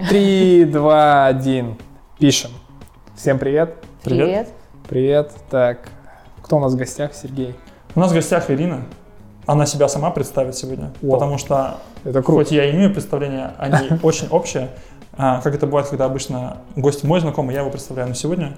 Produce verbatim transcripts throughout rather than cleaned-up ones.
Три, два, один. Пишем. Всем привет. Привет. Привет. Так, кто у нас в гостях? Сергей. У нас в гостях Ирина. Она себя сама представит сегодня, О, потому что это круто. Хоть я имею представление, они очень общие. А, как это бывает, когда обычно гость мой знакомый, я его представляю, но сегодня...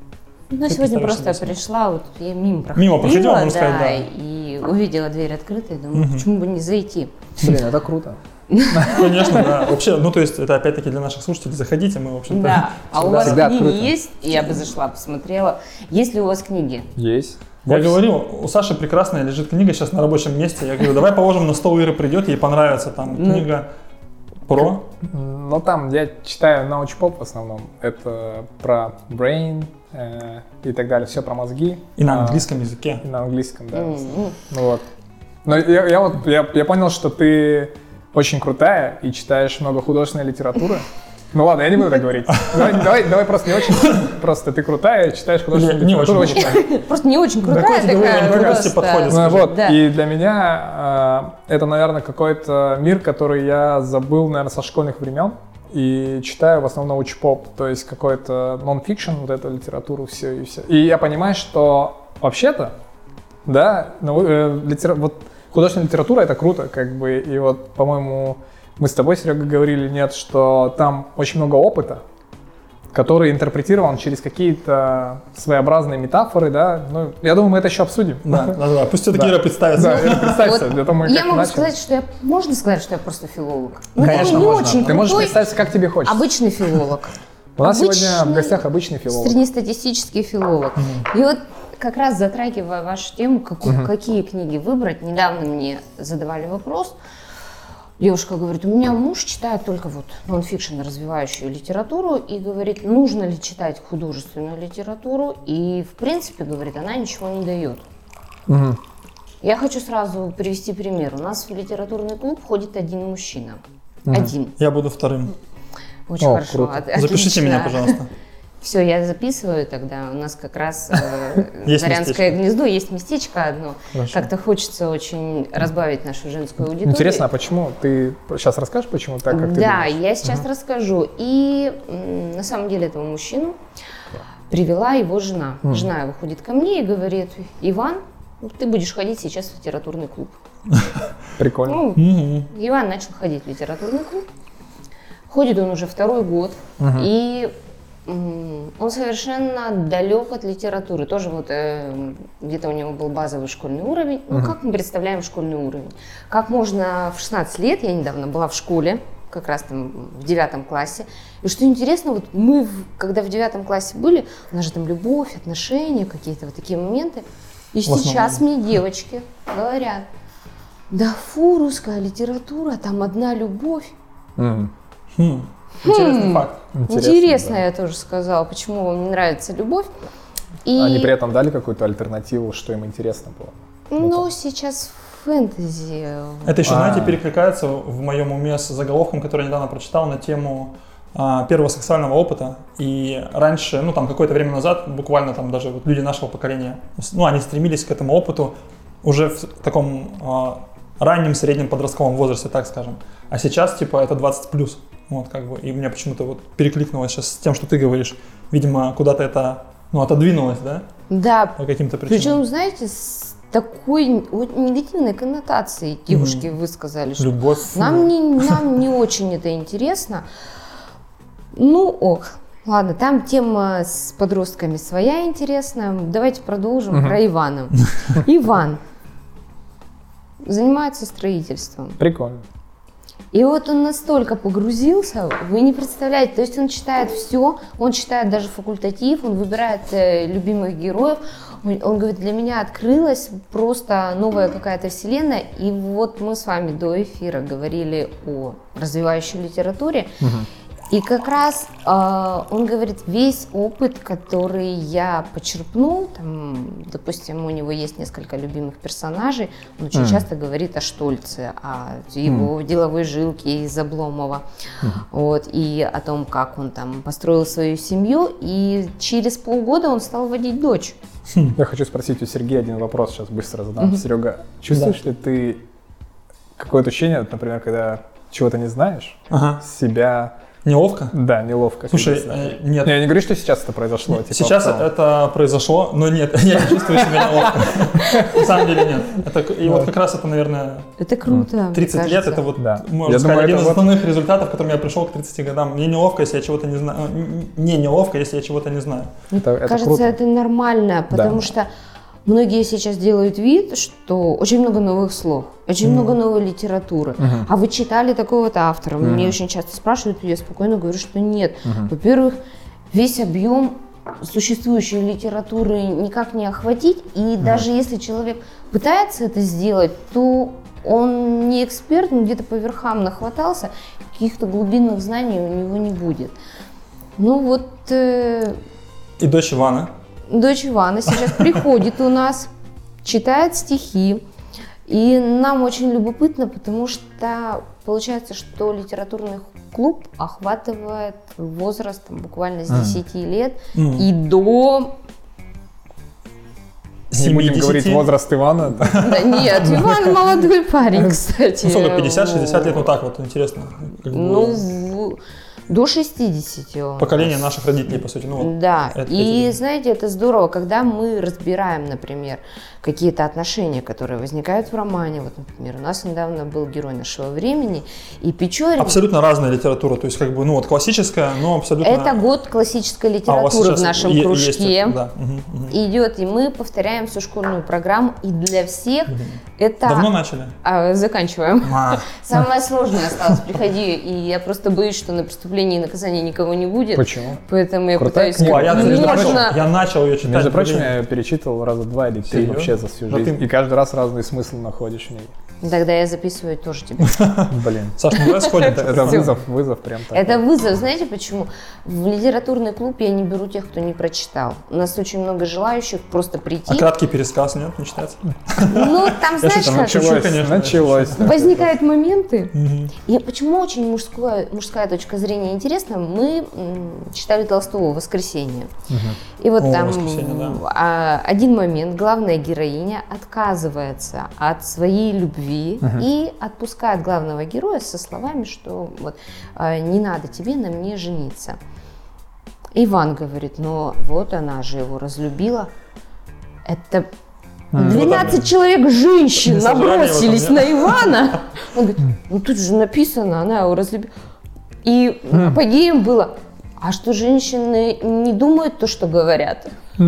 Ну, сегодня просто пришла, вот я мимо проходила, мимо проходила, можно да, сказать, да. И увидела дверь открытой, думаю, Угу. почему бы не зайти? Блин, это круто. Конечно, да. Вообще, ну то есть это опять-таки для наших слушателей. Заходите, мы, в общем-то... Да, а у вас всегда книги открыто. есть? Я бы зашла, посмотрела. Есть ли у вас книги? Есть. Я Офис. говорил, у Саши прекрасная лежит книга сейчас на рабочем месте. Я говорю, давай положим на стол, Иры придет, ей понравится там Ну. книга про... Ну там я читаю научпоп в основном. Это про brain э, и так далее. Все про мозги. И на А, английском языке. И на английском, да. М, м. Ну вот. Но я, я вот я, я понял, что ты очень крутая и читаешь много художественной литературы. Ну ладно, я не буду так говорить. Давай, давай, давай просто не очень. Просто ты крутая, читаешь художественную Не- не литературу очень. очень много. Просто не очень крутая Какой тебе такая. уровень крутости просто. подходит? Ну, Скажи. вот, Да. и для меня э, это, наверное, какой-то мир, который я забыл, наверное, со школьных времен. И читаю в основном научпоп, то есть какой-то нон-фикшн, вот эту литературу, все и все. И я понимаю, что вообще-то, да, ну, э, литера... вот художественная литература — это круто, как бы, и вот, по-моему, мы с тобой, Серега, говорили, нет, что там очень много опыта, который интерпретирован через какие-то своеобразные метафоры, да, ну, я думаю, мы это еще обсудим. Да, да, да. Пусть все-таки Да. Ира представится. Да, Ира, представься, Вот это мы я как могу начали. сказать, что я... Можно сказать, что я просто филолог? Ну, Конечно, не можно. очень Ты можешь крутой, представиться, как тебе хочется. обычный филолог. У нас сегодня в обычный гостях обычный филолог. Среднестатистический филолог. И вот как раз затрагивая вашу тему, какую- Мгм. какие книги выбрать, недавно мне задавали вопрос. Девушка говорит, у меня муж читает только вот нон-фикшн, развивающую литературу, и говорит, нужно ли читать художественную литературу, и в принципе, говорит, она ничего не дает. Мгм. Я хочу сразу привести пример. У нас в литературный клуб ходит один мужчина. Мгм. Один. Я буду вторым. Очень О, хорошо. круто. От- Запишите отлично. меня, пожалуйста. Все, я записываю тогда. У нас как раз э, Есть Зарянское местечко. гнездо, есть местечко одно. Хорошо. Как-то хочется очень разбавить нашу женскую аудиторию. Интересно, а почему? Ты сейчас расскажешь, почему так, как ты Да, думаешь? я сейчас расскажу. И м, на самом деле этого мужчину привела его жена. Мгм. Жена его ходит ко мне и говорит, Иван, ну, ты будешь ходить сейчас в литературный клуб. Прикольно. Ну, Мгм. Иван начал ходить в литературный клуб. Ходит он уже второй год. Мгм. И м, он совершенно далек от литературы. Тоже вот э, где-то у него был базовый школьный уровень. Ну, Мгм. как мы представляем школьный уровень? Как можно в шестнадцать лет, я недавно была в школе, как раз там в девятом классе. И что интересно, вот мы, в- когда в девятом классе были, у нас же там любовь, отношения, какие-то вот такие моменты. И В основном. сейчас мне девочки говорят, да фу, русская литература, там одна любовь. Мгм. Хм. Интересный факт. Интересно, да. я тоже сказала, почему вам не нравится любовь. И, Они при этом дали какую-то альтернативу, что им интересно было? ну, сейчас фэнтези. Это еще, А. знаете, перекликается в моем уме с заголовком, который я недавно прочитал на тему а, первого сексуального опыта. И раньше, ну там какое-то время назад, буквально там даже вот люди нашего поколения, ну они стремились к этому опыту уже в таком а, раннем среднем подростковом возрасте, так скажем. А сейчас типа это двадцать плюс. Вот как бы. И у меня почему-то вот перекликнулось сейчас с тем, что ты говоришь. Видимо, куда-то это ну, отодвинулось, да? Да, По каким-то причинам. причем, знаете, с такой вот негативной коннотацией девушки вы сказали, что Любовь. нам не, нам не очень это интересно. Ну ок, ладно, там тема с подростками своя интересная. Давайте продолжим Мгм. про Ивана. Иван занимается строительством. Прикольно. И вот он настолько погрузился, вы не представляете, то есть он читает все, он читает даже факультатив, он выбирает э, любимых героев, он, он говорит, для меня открылась просто новая какая-то вселенная, и вот мы с вами до эфира говорили о развивающей литературе, Мгм. и как раз э, он говорит, весь опыт, который я почерпнул, там, допустим, у него есть несколько любимых персонажей, он очень Мгм. часто говорит о Штольце, о его деловой жилке из Обломова, вот, и о том, как он там построил свою семью, и через полгода он стал водить дочь. Я хочу спросить у Сергея один вопрос, сейчас быстро задам. Мгм. Серега, чувствуешь ли ты какое-то ощущение, например, когда чего-то не знаешь, Ага. себя Неловко? Да, неловко. Слушай, честно. э, нет. Не, я не говорю, что сейчас это произошло. Типа, Сейчас в целом. это произошло, но нет, я не чувствую себя неловко. На самом деле нет. Это, и вот как раз это, наверное, Это круто. тридцать мне лет, кажется. это вот, Да. можно Я сказать, думаю, один это из вот- основных результатов, к которым я пришел к тридцати годам. Мне неловко, если я чего-то не знаю. Не неловко, если я чего-то не знаю. Это, это Кажется, круто. это нормально, потому Да. что многие сейчас делают вид, что очень много новых слов, очень Мгм. много новой литературы. Мгм. А вы читали такого-то автора? Мгм. Мне очень часто спрашивают, и я спокойно говорю, что нет. Мгм. Во-первых, весь объем существующей литературы никак не охватить, и даже если человек пытается это сделать, то он не эксперт, но где-то по верхам нахватался, каких-то глубинных знаний у него не будет. Ну вот э, И дочь Ивана. дочь Ивана сейчас приходит у нас, читает стихи, и нам очень любопытно, потому что получается, что литературный клуб охватывает возраст там, буквально с Мгм. десяти лет М. и до... Не будем семидесяти. говорить возраст Ивана. да. Да нет, Иван молодой парень, кстати. Ну сколько, пятьдесят-шестьдесят лет, ну так вот, интересно. Как бы Ну, в- до шестидесяти он. поколение наших родителей, по сути. Ну, вот. Да, это- и это- знаете, это здорово, когда мы разбираем, например, какие-то отношения, которые возникают в романе. Вот, например, у нас недавно был герой нашего времени, и Печорин. Абсолютно разная литература, то есть как бы, ну вот классическая, но абсолютно... Это год классической А, у вас литературы сейчас в нашем е- кружке. есть это, да. Мгм, мгм. Идет, и мы повторяем всю школьную программу, и для всех это... Давно начали? А, заканчиваем. А, Самое сложное осталось, приходи, и я просто боюсь, что на преступление и наказание никого не будет. Почему? Поэтому я Крутая пытаюсь книга. а я, как между прочим, можно... я начал ее читать. Между прочим, блин. я перечитывал раза два или три Серьезно? вообще за всю Да жизнь. ты- И каждый раз разный смысл находишь в ней. Тогда я записываю тоже тебе. Блин. Саш, ну давай сходим. Это, это Всё. вызов, вызов прям такой. Это вызов, знаете почему? В литературный клуб я не беру тех, кто не прочитал. У нас очень много желающих просто А прийти. краткий пересказ, нет, не читается? Ну, там, знаешь, шучу, как шучу, Началось, конечно, началось. возникают моменты. Мгм. И почему очень мужское, мужская точка зрения интересна? Мы м, читали Толстого «Воскресенье». И вот О, там «Воскресенье», да. а, один момент, главная героиня отказывается от своей любви и отпускает главного героя со словами, что вот а, не надо тебе на мне жениться. Иван говорит, но вот она же его разлюбила. Это двенадцать человек женщин Не сожрали набросились его на там, Ивана. Он говорит, ну тут же написано, она его разлюбила. И апогеем было, а что женщины не думают то, что говорят?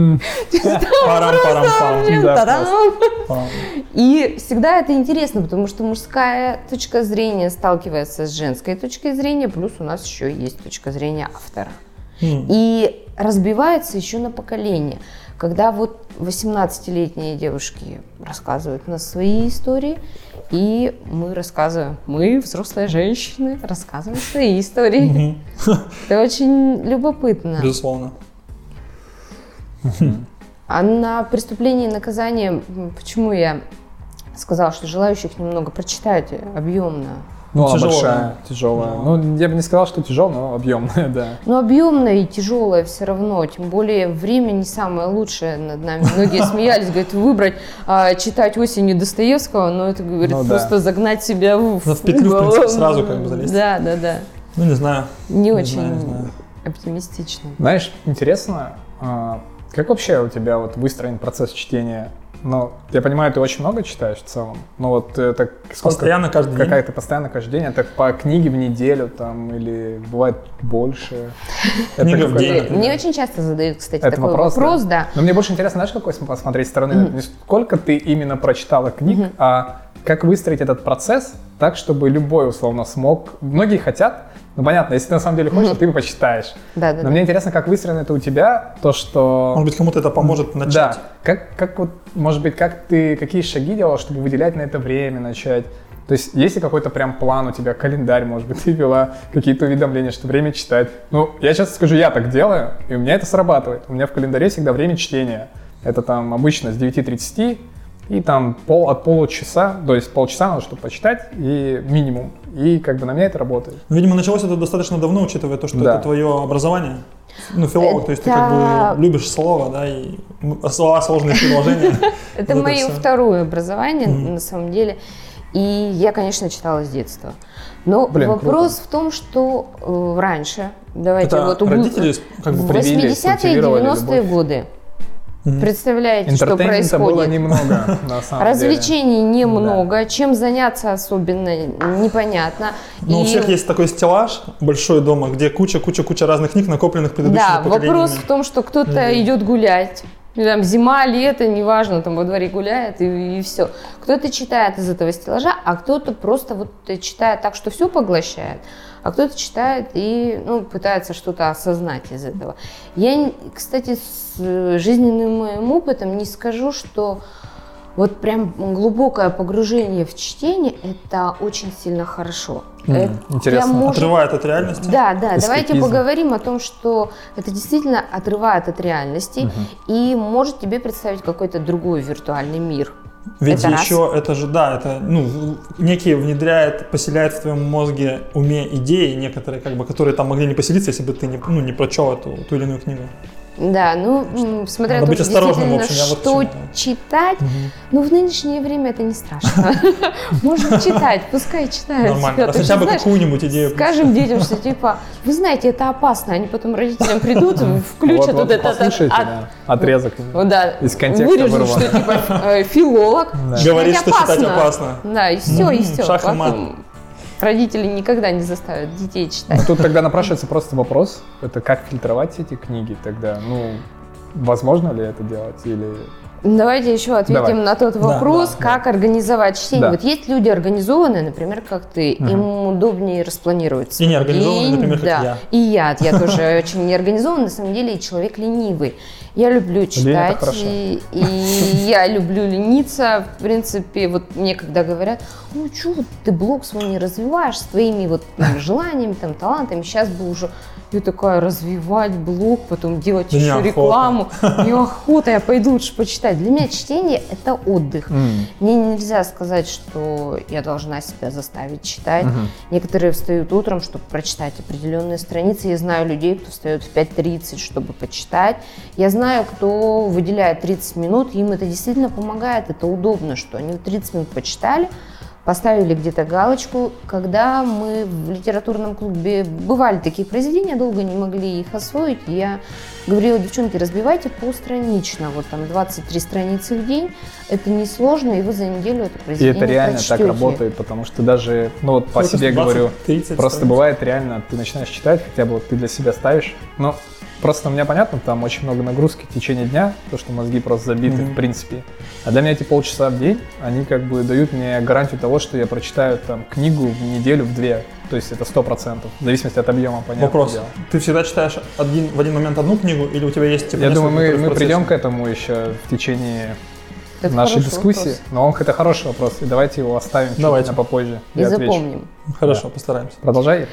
Парам-парам-пам. Да, Та-дам! Пам. И всегда это интересно, потому что мужская точка зрения сталкивается с женской точкой зрения, плюс у нас еще есть точка зрения автора. М. И разбивается еще на поколение. Когда вот восемнадцатилетние девушки рассказывают у нас свои истории, и мы рассказываем, мы, взрослые женщины, рассказываем свои истории. Мгм. Это очень любопытно. Безусловно. А на «Преступление и наказание», м, почему я сказала, что желающих немного прочитать объемно? Ну, она Тяжелая. большая, тяжелая. Ну, я бы не сказал, что тяжелая, но объемная, да. Но объемное и тяжелое все равно, тем более время не самое лучшее над нами. Многие смеялись, говорят, выбрать, а, читать осенью Достоевского, но это, говорит, Ну да. просто загнать себя в, В петлю, в угол. принципе, сразу как бы залезть. Да, да, да. Ну, не знаю. Не, Не очень знаю, не знаю. оптимистично. Знаешь, интересно, а, как вообще у тебя вот выстроен процесс чтения? Ну, я понимаю, ты очень много читаешь в целом, но вот это сколько, Постоянно каждый день. какая-то постоянно каждый день, это по книге в неделю там или бывает больше? Книга Это в какой-то- день, например. Мне очень часто задают, кстати, Это такой вопрос, вопрос, да? да. Но мне больше интересно, знаешь, какой см- посмотреть со стороны, не сколько ты именно прочитала книг, а как выстроить этот процесс так, чтобы любой условно смог. Многие хотят, ну понятно, если ты на самом деле хочешь, то ты почитаешь. Да, да, Но да. мне интересно, как выстроено это у тебя, то что. Может быть, кому-то это поможет начать. Да. Как, как вот, может быть, как ты, какие шаги делала, чтобы выделять на это время, начать? То есть, есть ли какой-то прям план у тебя, календарь, может быть, ты вела какие-то уведомления, что время читать? Ну, я сейчас скажу, я так делаю, и у меня это срабатывает. У меня в календаре всегда время чтения. Это там обычно с девяти тридцати и там пол, от получаса, то есть полчаса надо, чтобы почитать, и минимум. И как бы на меня это работает. Ну, видимо, началось это достаточно давно, учитывая то, что Да. это твое образование. Ну, филолог, то есть ты как Это- бы любишь слово, да, и м, слова, сложные предложения. Это Вот мое всё. второе образование, на самом деле. И я, конечно, читала с детства. Но Блин, вопрос круто. в том, что э, раньше, давайте Это вот родители как бы в привили, восьмидесятые и культивировали девяностые любовь. годы. Представляете, что Интертеймента было происходит? немного, на самом деле. Развлечений немного, чем заняться особенно непонятно. Но И- у всех есть такой стеллаж большой дома, где куча-куча-куча разных книг, накопленных предыдущими Да, поколениями. вопрос в том, что кто-то Мгм. идет гулять. И там зима, лето, неважно, там во дворе гуляет и, и все. Кто-то читает из этого стеллажа, а кто-то просто вот читает так, что все поглощает, а кто-то читает и ну, пытается что-то осознать из этого. Я, кстати, с жизненным моим опытом не скажу, что вот прям глубокое погружение в чтение – это очень сильно хорошо. М, Это интересно. прям может- Отрывает от реальности. Да, да, давайте Эскапизм. поговорим о том, что это действительно отрывает от реальности и может тебе представить какой-то другой виртуальный мир. Ведь Это раз. еще это же, да, это ну, в- некие внедряет, поселяет в твоем мозге, уме идеи некоторые, как бы, которые там могли не поселиться, если бы ты не, ну, не прочел эту ту или иную книгу. Да, ну, м, смотря Надо быть тоже осторожным, в действительно, общем, я вот к что чему. читать, ну, в нынешнее время это не страшно. Можно читать, пускай читают. Нормально. себя. А Ты хотя же бы знаешь, какую-нибудь идею. Скажем детям, что типа, вы знаете, это опасно, они потом родителям придут, включат Вот, вот вот, этот послушайте, от- да, отрезок. Вот, да, Из контекста вырежут, вырвано. что типа э, филолог Да. читать Говорит, что читать опасно. Да, и все, и М, все. шах и мат. Потом родители никогда не заставят детей читать. Ну, тут тогда напрашивается просто вопрос, это как фильтровать эти книги тогда? Ну, возможно ли это делать или... Давайте еще ответим Давай. на тот Да, вопрос, да, как организовать чтение. Да. Вот есть люди организованные, например, как ты, Мгм. им удобнее распланировать свой И неорганизованные, день, например, как да. я. И я, я тоже очень неорганизованный, на самом деле, и человек ленивый. Я люблю это читать, хорошо. и, и я люблю лениться. В принципе, вот мне когда говорят, ну что, ты блог свой не развиваешь с твоими вот там, желаниями, там, талантами, сейчас бы уже... Я такая, развивать блог, потом делать Да еще неохота. рекламу. Неохота, я пойду лучше почитать. Для меня чтение – это отдых. М, Мне нельзя сказать, что я должна себя заставить читать. мгм. Некоторые встают утром, чтобы прочитать определенные страницы. Я знаю людей, кто встает в пять тридцать, чтобы почитать. Я знаю, кто выделяет тридцать минут, им это действительно помогает, это удобно, что они тридцать минут почитали, поставили где-то галочку. Когда мы в литературном клубе бывали такие произведения, долго не могли их освоить, я говорила, девчонки, разбивайте постранично, вот там двадцать три страницы в день, это несложно, и вы за неделю это И произведение это реально прочтете. так работает, потому что даже, ну вот по Сколько? себе двадцать, говорю, тридцать просто страниц. бывает реально, ты начинаешь читать, хотя бы вот ты для себя ставишь, ну, просто у меня понятно, там очень много нагрузки в течение дня, то, что мозги просто забиты, Мгм. в принципе. А для меня эти полчаса в день, они как бы дают мне гарантию того, что я прочитаю там книгу в неделю, в две. То есть это сто процентов, в зависимости от объема, понятно. Вопрос. Ты всегда читаешь один, в один момент одну книгу, или у тебя есть типа Я думаю, несколько, мы, которые в мы процессе? придем к этому еще в течение Это нашей хороший дискуссии. вопрос. Но он это хороший вопрос, и давайте его оставим чуть Давайте. на попозже. И Я отвечу. запомним. Хорошо, Да. постараемся. Продолжай.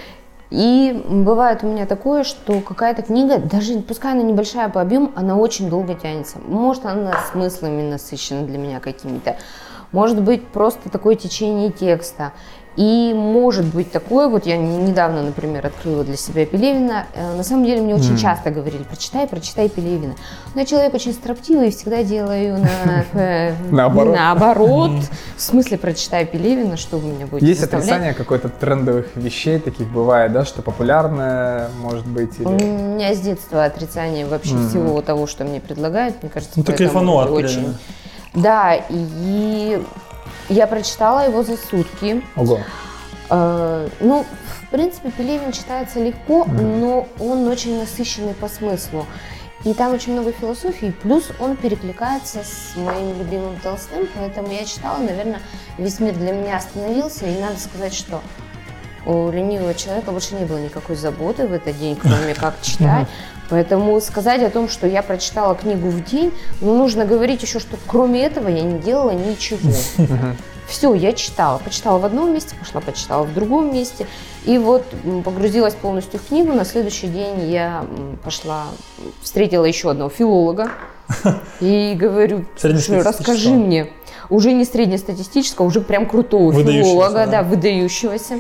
И бывает у меня такое, что какая-то книга, даже пускай она небольшая по объему, она очень долго тянется. Может, она смыслами насыщена для меня какими-то. Может быть, просто такое течение текста. И может быть такое, вот я недавно, например, открыла для себя Пелевина. Э, На самом деле мне очень Мгм. часто говорили, прочитай, прочитай Пелевина. Но я человек очень строптивый и всегда делаю на, э, Наоборот. наоборот. В смысле, прочитай Пелевина, что вы меня будете Есть заставлять? отрицание какой-то трендовых вещей, таких бывает, да, что популярное, может быть, У или... меня с детства отрицание вообще Мгм. всего того, что мне предлагают, мне кажется, Ну ты поэтому кайфанула от очень. Пелевина. Да, и я прочитала его за сутки. Ого. Э, Ну, в принципе, Пелевин читается легко, Мгм. но он очень насыщенный по смыслу. И там очень много философии, плюс он перекликается с моим любимым Толстым, поэтому я читала, наверное, весь мир для меня остановился, и надо сказать, что у ленивого человека больше не было никакой заботы в этот день, кроме как читать. Поэтому сказать о том, что я прочитала книгу в день, ну, нужно говорить еще, что кроме этого я не делала ничего. Все, я читала. Почитала в одном месте, пошла почитала в другом месте. И вот м, погрузилась полностью в книгу. На следующий день я м, пошла, встретила еще одного филолога. И говорю, слушай, расскажи Среднестатистического. мне. Уже не среднестатистического, уже прям крутого Выдающегося, филолога, да. да, выдающегося.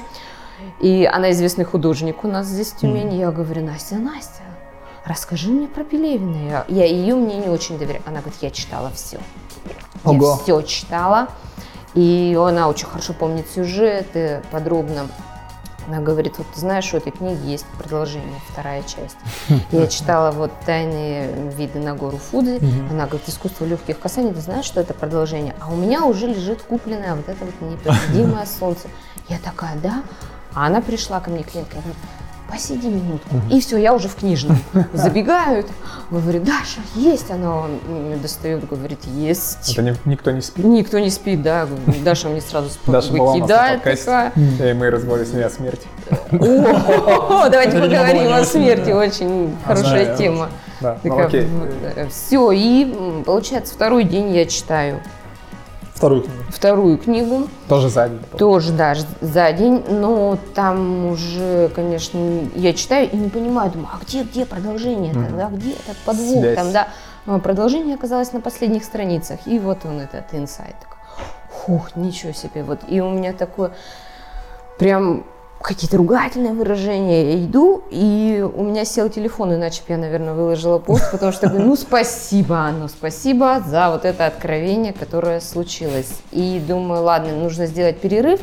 И она известный художник у нас здесь в Тюмени. Я говорю, Настя, Настя, расскажи мне про Пелевина. Я, я ее мнению очень доверяю. Она говорит, я читала все. Ого. Я все читала. И она очень хорошо помнит сюжеты подробно. Она говорит, вот ты знаешь, у этой книги есть продолжение, вторая часть. Я читала вот «Тайные виды на гору Фудзи». Она говорит, искусство легких касаний, ты знаешь, что это продолжение? А у меня уже лежит купленное вот это вот непобедимое солнце. Я такая, да? А она пришла ко мне, клиентка, говорит, посиди минутку. И все, я уже в книжном. Забегают, говорит, Даша, есть? Она достает, говорит, есть. Это не, никто не спит? Никто не спит, да. Даша мне сразу Даша выкидает такая. И мы разговаривали с ней о смерти. О, давайте поговорим о смерти, очень хорошая тема. Все, и получается, второй день я читаю. Вторую книгу. Вторую книгу. Тоже за день? Тоже, да, за день, но там уже, конечно, я читаю и не понимаю, думаю, а где, где продолжение-то, mm-hmm. да, где этот подвох Связь. Там, да. Продолжение оказалось на последних страницах, и вот он, этот инсайт. Фух, ничего себе, вот, и у меня такое, прям какие-то ругательные выражения, я иду, и у меня сел телефон, иначе бы я, наверное, выложила пост, потому что говорю, ну спасибо, ну спасибо за вот это откровение, которое случилось. И думаю, ладно, нужно сделать перерыв,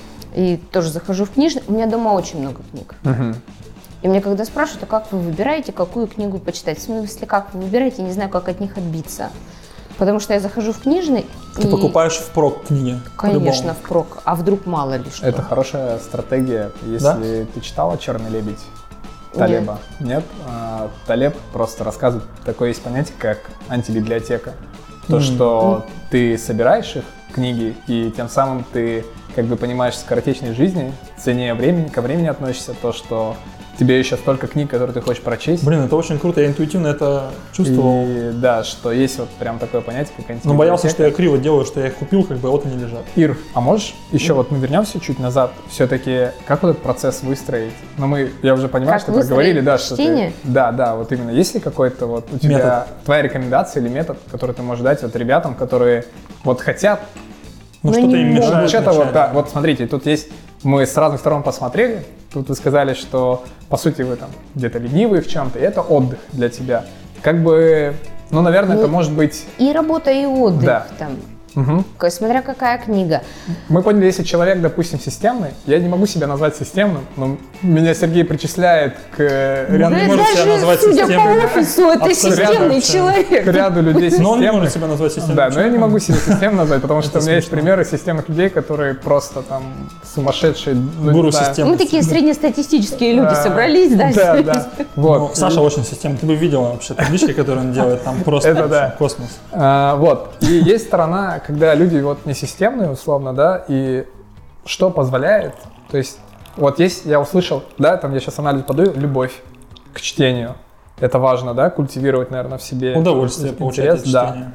и тоже захожу в книжный, у меня дома очень много книг. Uh-huh. И мне когда спрашивают, а как вы выбираете, какую книгу почитать, в смысле, как вы выбираете, я не знаю, как от них отбиться. Потому что я захожу в книжный. Ты и... покупаешь впрок книги? Конечно, впрок. А вдруг мало ли что? Это хорошая стратегия. Если да? ты читала «Черный лебедь» Талеба? Нет. Нет? А, Талеб просто рассказывает, такое есть понятие, как антибиблиотека. То, mm. что mm. ты собираешь их, книги, и тем самым ты как бы понимаешь в скоротечной жизни, цене времени, ко времени относишься, то, что тебе еще столько книг, которые ты хочешь прочесть. Блин, это очень круто, я интуитивно это чувствовал. И, да, что есть вот прям такое понятие, как антибиблиотека. Но боялся, что я криво делаю, что я их купил, как бы вот они лежат. Ир, а можешь еще mm. вот мы вернемся чуть назад, все-таки как вот этот процесс выстроить? Ну мы, я уже понимаю, как что проговорили, да, что ты... Да, да, вот именно, есть ли какой-то вот у тебя метод. Твоя рекомендация или метод, который ты можешь дать вот ребятам, которые вот хотят... Ну что-то им мешает. Что-то вот, да, вот смотрите, тут есть, мы с разных сторон посмотрели, тут вы сказали, что, по сути, вы там где-то ленивые в чем-то, и это отдых для тебя. Как бы, ну, наверное, ну, это может быть... И работа, и отдых да. там. Угу. Смотря какая книга. Мы поняли, если человек, допустим, системный, я не могу себя назвать системным, но меня Сергей причисляет к ряду... Он не может себя назвать судя системным. По офису, это Абсолютно. Системный человек. К ряду людей системных. Но он не может себя назвать системным. Да, но я не могу себя системным назвать, потому что у меня есть примеры системных людей, которые просто там сумасшедшие. Гуру системы. Мы такие среднестатистические люди собрались, да? Да, да. Вот. Саша очень системный. Ты бы видела вообще таблички, которые он делает, там просто космос. Вот. И есть сторона, когда люди вот не системные, условно, да, и что позволяет, то есть, вот есть, я услышал, да, там я сейчас анализ подаю, любовь к чтению, это важно, да, культивировать, наверное, в себе. Удовольствие получать от чтения. Да.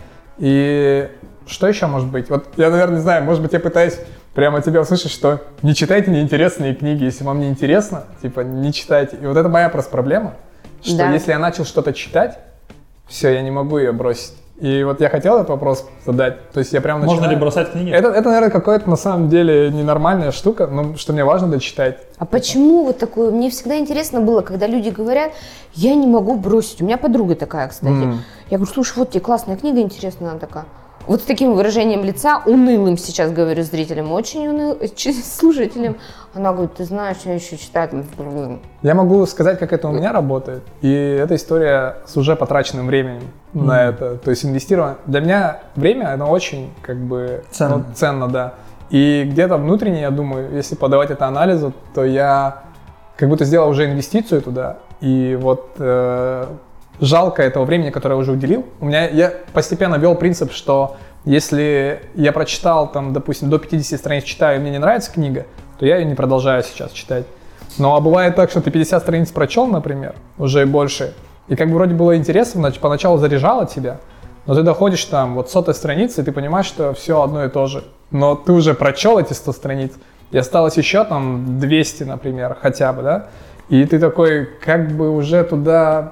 И что еще может быть? Вот я, наверное, не знаю, может быть, я пытаюсь прямо тебя услышать, что не читайте неинтересные книги, если вам не интересно, типа, не читайте. И вот это моя просто проблема, что да. если я начал что-то читать, все, я не могу ее бросить. И вот я хотел этот вопрос задать, то есть я прям начинаю... Можно ли бросать книги? Это, это, наверное, какая-то на самом деле ненормальная штука, но что мне важно дочитать. А почему вот такое? Мне всегда интересно было, когда люди говорят, я не могу бросить. У меня подруга такая, кстати. Mm. Я говорю, слушай, вот тебе классная книга, интересная, она такая. Вот с таким выражением лица, унылым сейчас говорю зрителям, очень унылым, слушателям. Она говорит, ты знаешь, я еще читаю. Я могу сказать, как это у меня работает. И эта история с уже потраченным временем mm. на это. То есть инвестирование. Для меня время, оно очень как бы ценно, ну, ценно, да. И где-то внутренне, я думаю, если подавать это анализу, то я как будто сделал уже инвестицию туда. И вот... Э, жалко этого времени, которое я уже уделил. У меня, я постепенно ввел принцип, что если я прочитал, там, допустим, до пятидесяти страниц читаю, и мне не нравится книга, то я ее не продолжаю сейчас читать. Но а бывает так, что ты пятьдесят страниц прочел, например, уже и больше, и как бы вроде было интересно, значит, поначалу заряжало тебя, но ты доходишь там вот сотой страницы, и ты понимаешь, что все одно и то же. Но ты уже прочел эти сто страниц, и осталось еще там двести, например, хотя бы, да, и ты такой как бы уже туда...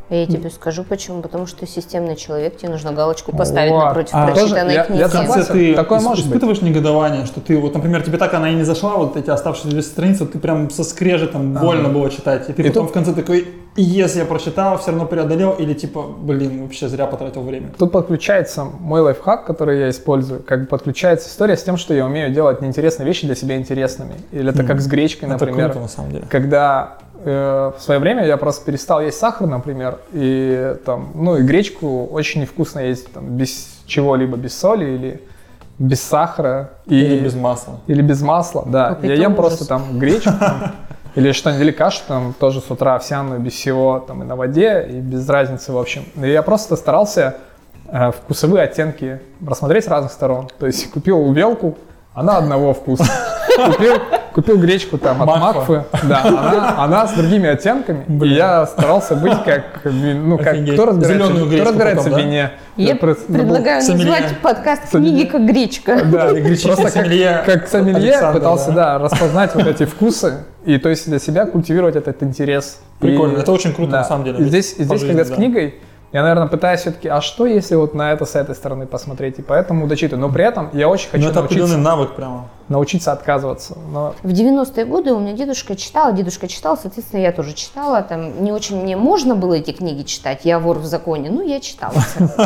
Я тебе скажу почему. Потому что ты системный человек, тебе нужно галочку поставить вот. напротив а, прочитанной я, книги. Я в конце согласен. ты Такое ис- может испытываешь быть. негодование, что ты, вот, например, тебе так она и не зашла, вот эти оставшиеся две страницы, ты прям со скрежетом ага. больно было читать. И ты и потом тут... в конце такой, yes, я прочитал, все равно преодолел, или типа, блин, вообще зря потратил время. Тут подключается мой лайфхак, который я использую, как бы подключается история с тем, что я умею делать неинтересные вещи для себя интересными. Или это mm. как с гречкой, это например. Круто, на самом деле. Когда э, в свое время я просто перестал есть сахар, например, и там, ну и гречку очень невкусно есть там, без чего-либо, без соли или без сахара. И, или без масла. Или без масла, да. Как я это ем ужас. просто там гречку. Там, или что-нибудь, или кашу там тоже с утра овсяную, без всего, там и на воде, и без разницы, в общем. И я просто старался э, вкусовые оттенки рассмотреть с разных сторон. То есть купил увелку, она одного вкуса. Купил, купил гречку там от Макфы, да, она, она с другими оттенками. Блин. И я старался быть как, ну, как кто разбирается, кто разбирается в вине. Я, я предлагаю сомелье. назвать подкаст «Книги как гречка». Да, просто как, как сомелье Александр, пытался, да. да, распознать вот эти вкусы и то есть для себя культивировать этот интерес. Прикольно, и, это очень круто да. на самом деле. И здесь, и здесь жизни, когда да. с книгой, я, наверное, пытаюсь все-таки, а что если вот на это с этой стороны посмотреть, и поэтому дочитываю. Но при этом я очень хочу Но это научиться, определенный навык прямо. научиться отказываться. Но... В девяностые годы у меня дедушка читал, дедушка читал, соответственно, я тоже читала. Там не очень мне можно было эти книги читать, я вор в законе, ну, я читала.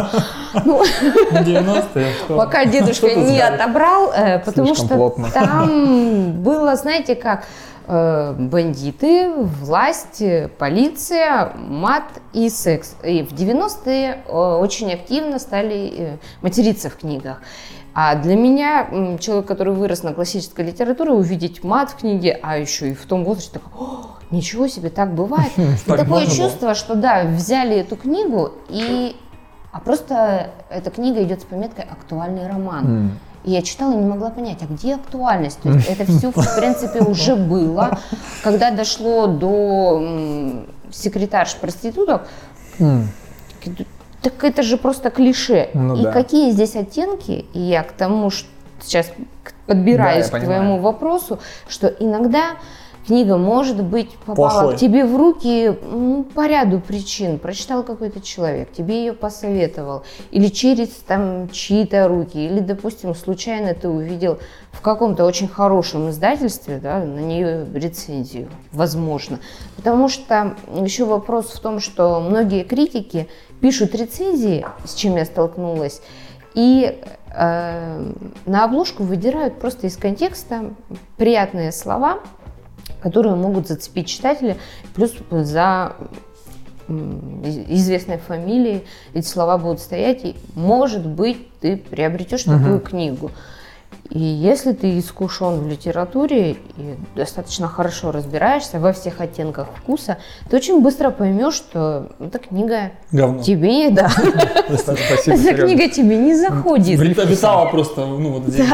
девяностые? Пока дедушка не отобрал, потому что там было, знаете, как... бандиты, власть, полиция, мат и секс. И в девяностые очень активно стали материться в книгах. А для меня, человек, который вырос на классической литературе, увидеть мат в книге, а еще и в том возрасте, такой, ничего себе, так бывает. И такое чувство, что да, взяли эту книгу, и а просто эта книга идет с пометкой «Актуальный роман». И я читала и не могла понять, а где актуальность? То есть это все, в принципе, уже было. Когда дошло до м, секретарш-проституток, mm. так это же просто клише. Ну, и да. какие здесь оттенки? И я к тому, что сейчас подбираюсь да, к твоему вопросу, что иногда книга, может быть, попала Плохой. к тебе в руки ну, по ряду причин. Прочитал какой-то человек, тебе ее посоветовал. Или через там, чьи-то руки. Или, допустим, случайно ты увидел в каком-то очень хорошем издательстве да, на нее рецензию. Возможно. Потому что еще вопрос в том, что многие критики пишут рецензии, с чем я столкнулась, и э, на обложку выдирают просто из контекста приятные слова, которые могут зацепить читателя, плюс за известной фамилией эти слова будут стоять, и, может быть, ты приобретешь uh-huh. такую книгу. И если ты искушен в литературе и достаточно хорошо разбираешься во всех оттенках вкуса, ты очень быстро поймешь, что эта книга Говно. тебе, да, эта книга тебе не заходит. Обитала просто, ну вот здесь.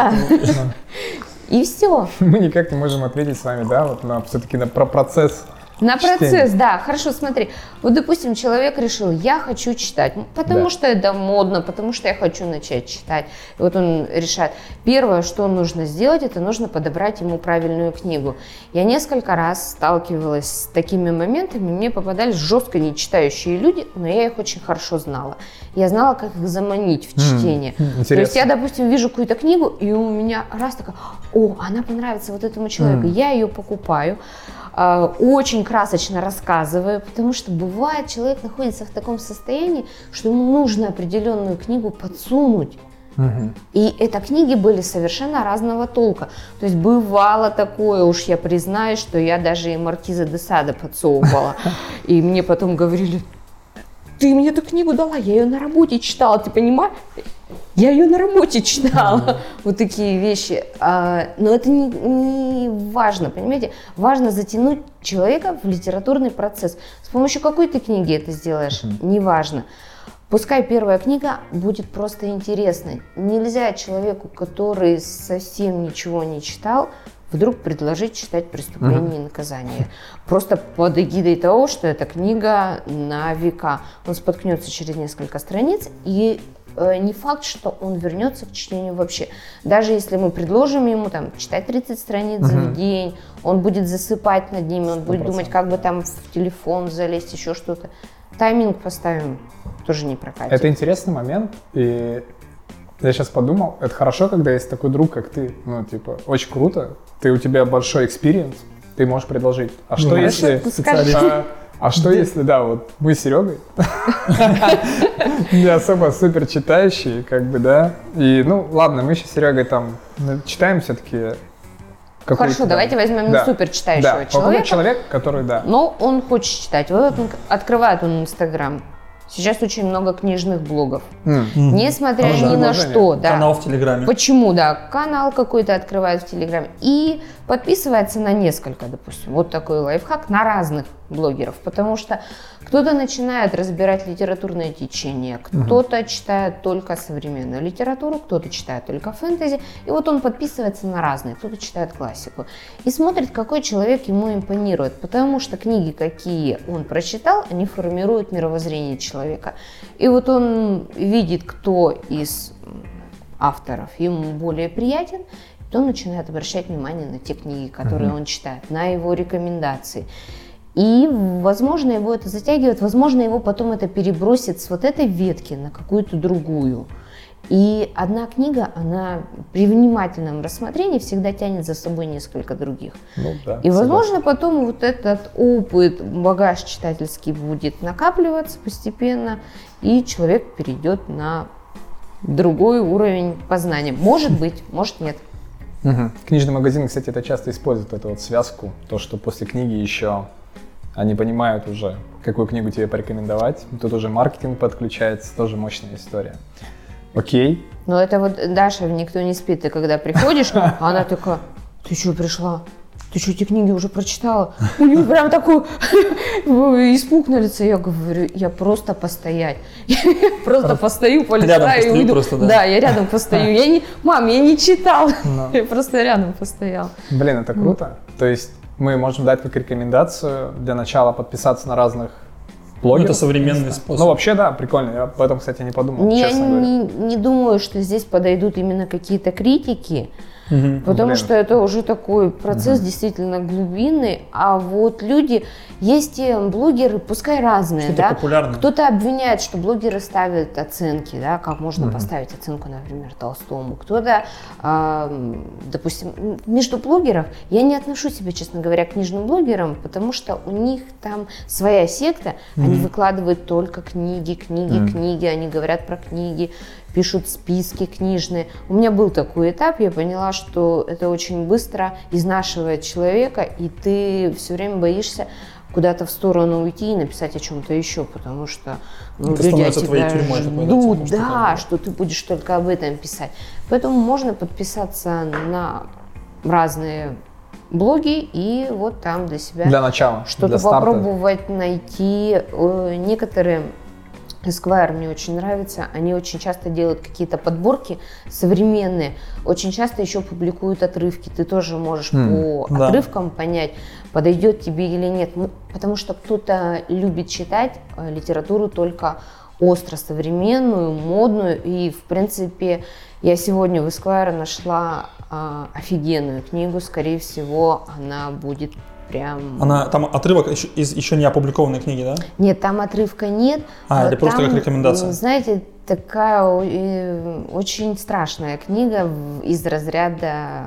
И все. Мы никак не можем ответить с вами, да, вот на, все-таки на, про процесс. На чтения. процесс, да. Хорошо, смотри. Вот, допустим, человек решил, я хочу читать, потому да. что это модно, потому что я хочу начать читать. И вот он решает. Первое, что нужно сделать, это нужно подобрать ему правильную книгу. Я несколько раз сталкивалась с такими моментами, мне попадались жестко нечитающие люди, но я их очень хорошо знала. Я знала, как их заманить в чтение. Mm, То есть я, допустим, вижу какую-то книгу, и у меня раз такая, о, она понравится вот этому человеку, mm. я ее покупаю. Очень красочно рассказываю, потому что бывает, человек находится в таком состоянии, что ему нужно определенную книгу подсунуть. Угу. И это книги были совершенно разного толка. То есть бывало такое, уж я признаюсь, что я даже и Маркиза де Сада подсовывала. И мне потом говорили, ты мне эту книгу дала, я ее на работе читала, ты понимаешь? Я ее на работе читала. Mm-hmm. Вот такие вещи. А, но это не, не важно, понимаете? Важно затянуть человека в литературный процесс. С помощью какой ты книги это сделаешь, mm-hmm. неважно. Пускай первая книга будет просто интересной. Нельзя человеку, который совсем ничего не читал, вдруг предложить читать «Преступление mm-hmm. и наказание». Просто под эгидой того, что это книга на века. Он споткнется через несколько страниц, и э, не факт, что он вернется к чтению вообще. Даже если мы предложим ему там, читать тридцать страниц mm-hmm. в день, он будет засыпать над ними, он будет думать, как бы там в телефон залезть, еще что-то. Тайминг поставим, тоже не прокатит. Это интересный момент, и я сейчас подумал, это хорошо, когда есть такой друг, как ты, ну, типа, очень круто, ты, у тебя большой экспириенс, ты можешь предложить. А что Ну, если... А, а что если, да, вот мы с Серегой, не особо супер читающие, как бы, да, и, ну, ладно, мы сейчас с Серегой там читаем все-таки. Хорошо, давайте возьмем не супер читающего человека. Человек, который, да. Но он хочет читать. Вот он открывает он Инстаграм. Сейчас очень много книжных блогов. Mm. Несмотря Тоже ни на что. Да. Канал в Телеграме. Почему, да. Канал какой-то открывает в Телеграме. И подписывается на несколько, допустим. Вот такой лайфхак на разных блогеров. Потому что кто-то начинает разбирать литературное течение, кто-то mm-hmm. читает только современную литературу, кто-то читает только фэнтези. И вот он подписывается на разные. Кто-то читает классику. И смотрит, какой человек ему импонирует. Потому что книги, какие он прочитал, они формируют мировоззрение человека. И вот он видит, кто из авторов ему более приятен, то он начинает обращать внимание на те книги, которые mm-hmm. он читает, на его рекомендации. И, возможно, его это затягивает, возможно, его потом это перебросит с вот этой ветки на какую-то другую. И одна книга, она при внимательном рассмотрении всегда тянет за собой несколько других. Ну, да, и, возможно, согласен. Потом вот этот опыт, багаж читательский будет накапливаться постепенно, и человек перейдет на другой уровень познания. Может быть, может нет. Угу. Книжные магазины, кстати, это часто используют, эту вот связку, то, что после книги еще они понимают уже, какую книгу тебе порекомендовать. Тут уже маркетинг подключается, тоже мощная история. Окей. Ну это вот Даша в «Никто не спит», ты когда приходишь, она такая: ты что пришла? Ты что, эти книги уже прочитала? У нее прям такой испуг на лице. Я говорю, я просто постоять. Я просто постою, полистаю и уйду. Просто, да. да, я рядом постою. Я не, мам, я не читал. No. Я просто рядом постоял. Блин, это круто. Mm. То есть мы можем дать как рекомендацию для начала подписаться на разных блогеров. Это современный способ. Ну вообще да, прикольно. Я об этом, кстати, не подумал, не, честно говоря. Не, не думаю, что здесь подойдут именно какие-то критики. Угу. Потому Блин. Что это уже такой процесс угу. действительно глубинный, а вот люди, есть блогеры, пускай разные, что-то да, популярное. Кто-то обвиняет, что блогеры ставят оценки, да, как можно угу. поставить оценку, например, Толстому, кто-то, э, допустим, между блогеров, я не отношу себя, честно говоря, к книжным блогерам, потому что у них там своя секта, угу. они выкладывают только книги, книги, угу. книги, они говорят про книги, пишут списки книжные. У меня был такой этап, я поняла, что это очень быстро изнашивает человека, и ты все время боишься куда-то в сторону уйти и написать о чем-то еще, потому что ну, люди от тебя ждут, да, что ты будешь только об этом писать. Поэтому можно подписаться на разные блоги и вот там для себя для начала, что-то попробовать найти. Некоторые Esquire мне очень нравится, они очень часто делают какие-то подборки современные, очень часто еще публикуют отрывки, ты тоже можешь mm, по да. отрывкам понять, подойдет тебе или нет, потому что кто-то любит читать литературу только остро современную, модную, и в принципе я сегодня в Esquire нашла а, офигенную книгу, скорее всего она будет прям... Она, там отрывок из, из еще не опубликованной книги, да? Нет, там отрывка нет. А, или просто там, как рекомендация? Знаете, такая очень страшная книга из разряда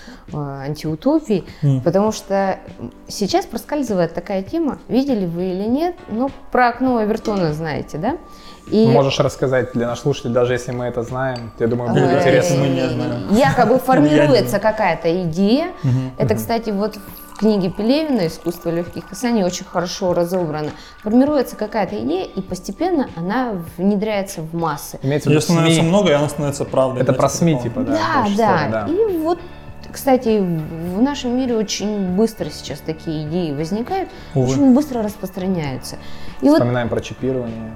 антиутопий, mm. потому что сейчас проскальзывает такая тема, видели вы или нет, ну, про окно Овертона знаете, да? И... Можешь рассказать для наших слушателей, даже если мы это знаем, я думаю, будет а, интересно. Мы не знаем. Якобы формируется какая-то идея. Это, кстати, вот в книге Пелевина «Искусство легких касаний» очень хорошо разобрано. Формируется какая-то идея, и постепенно она внедряется в массы. Ее становится много, и она становится правдой. Это про СМИ, типа, да? Да, да. да. И вот, кстати, в нашем мире очень быстро сейчас такие идеи возникают, Увы. очень быстро распространяются. И Вспоминаем вот... про чипирование.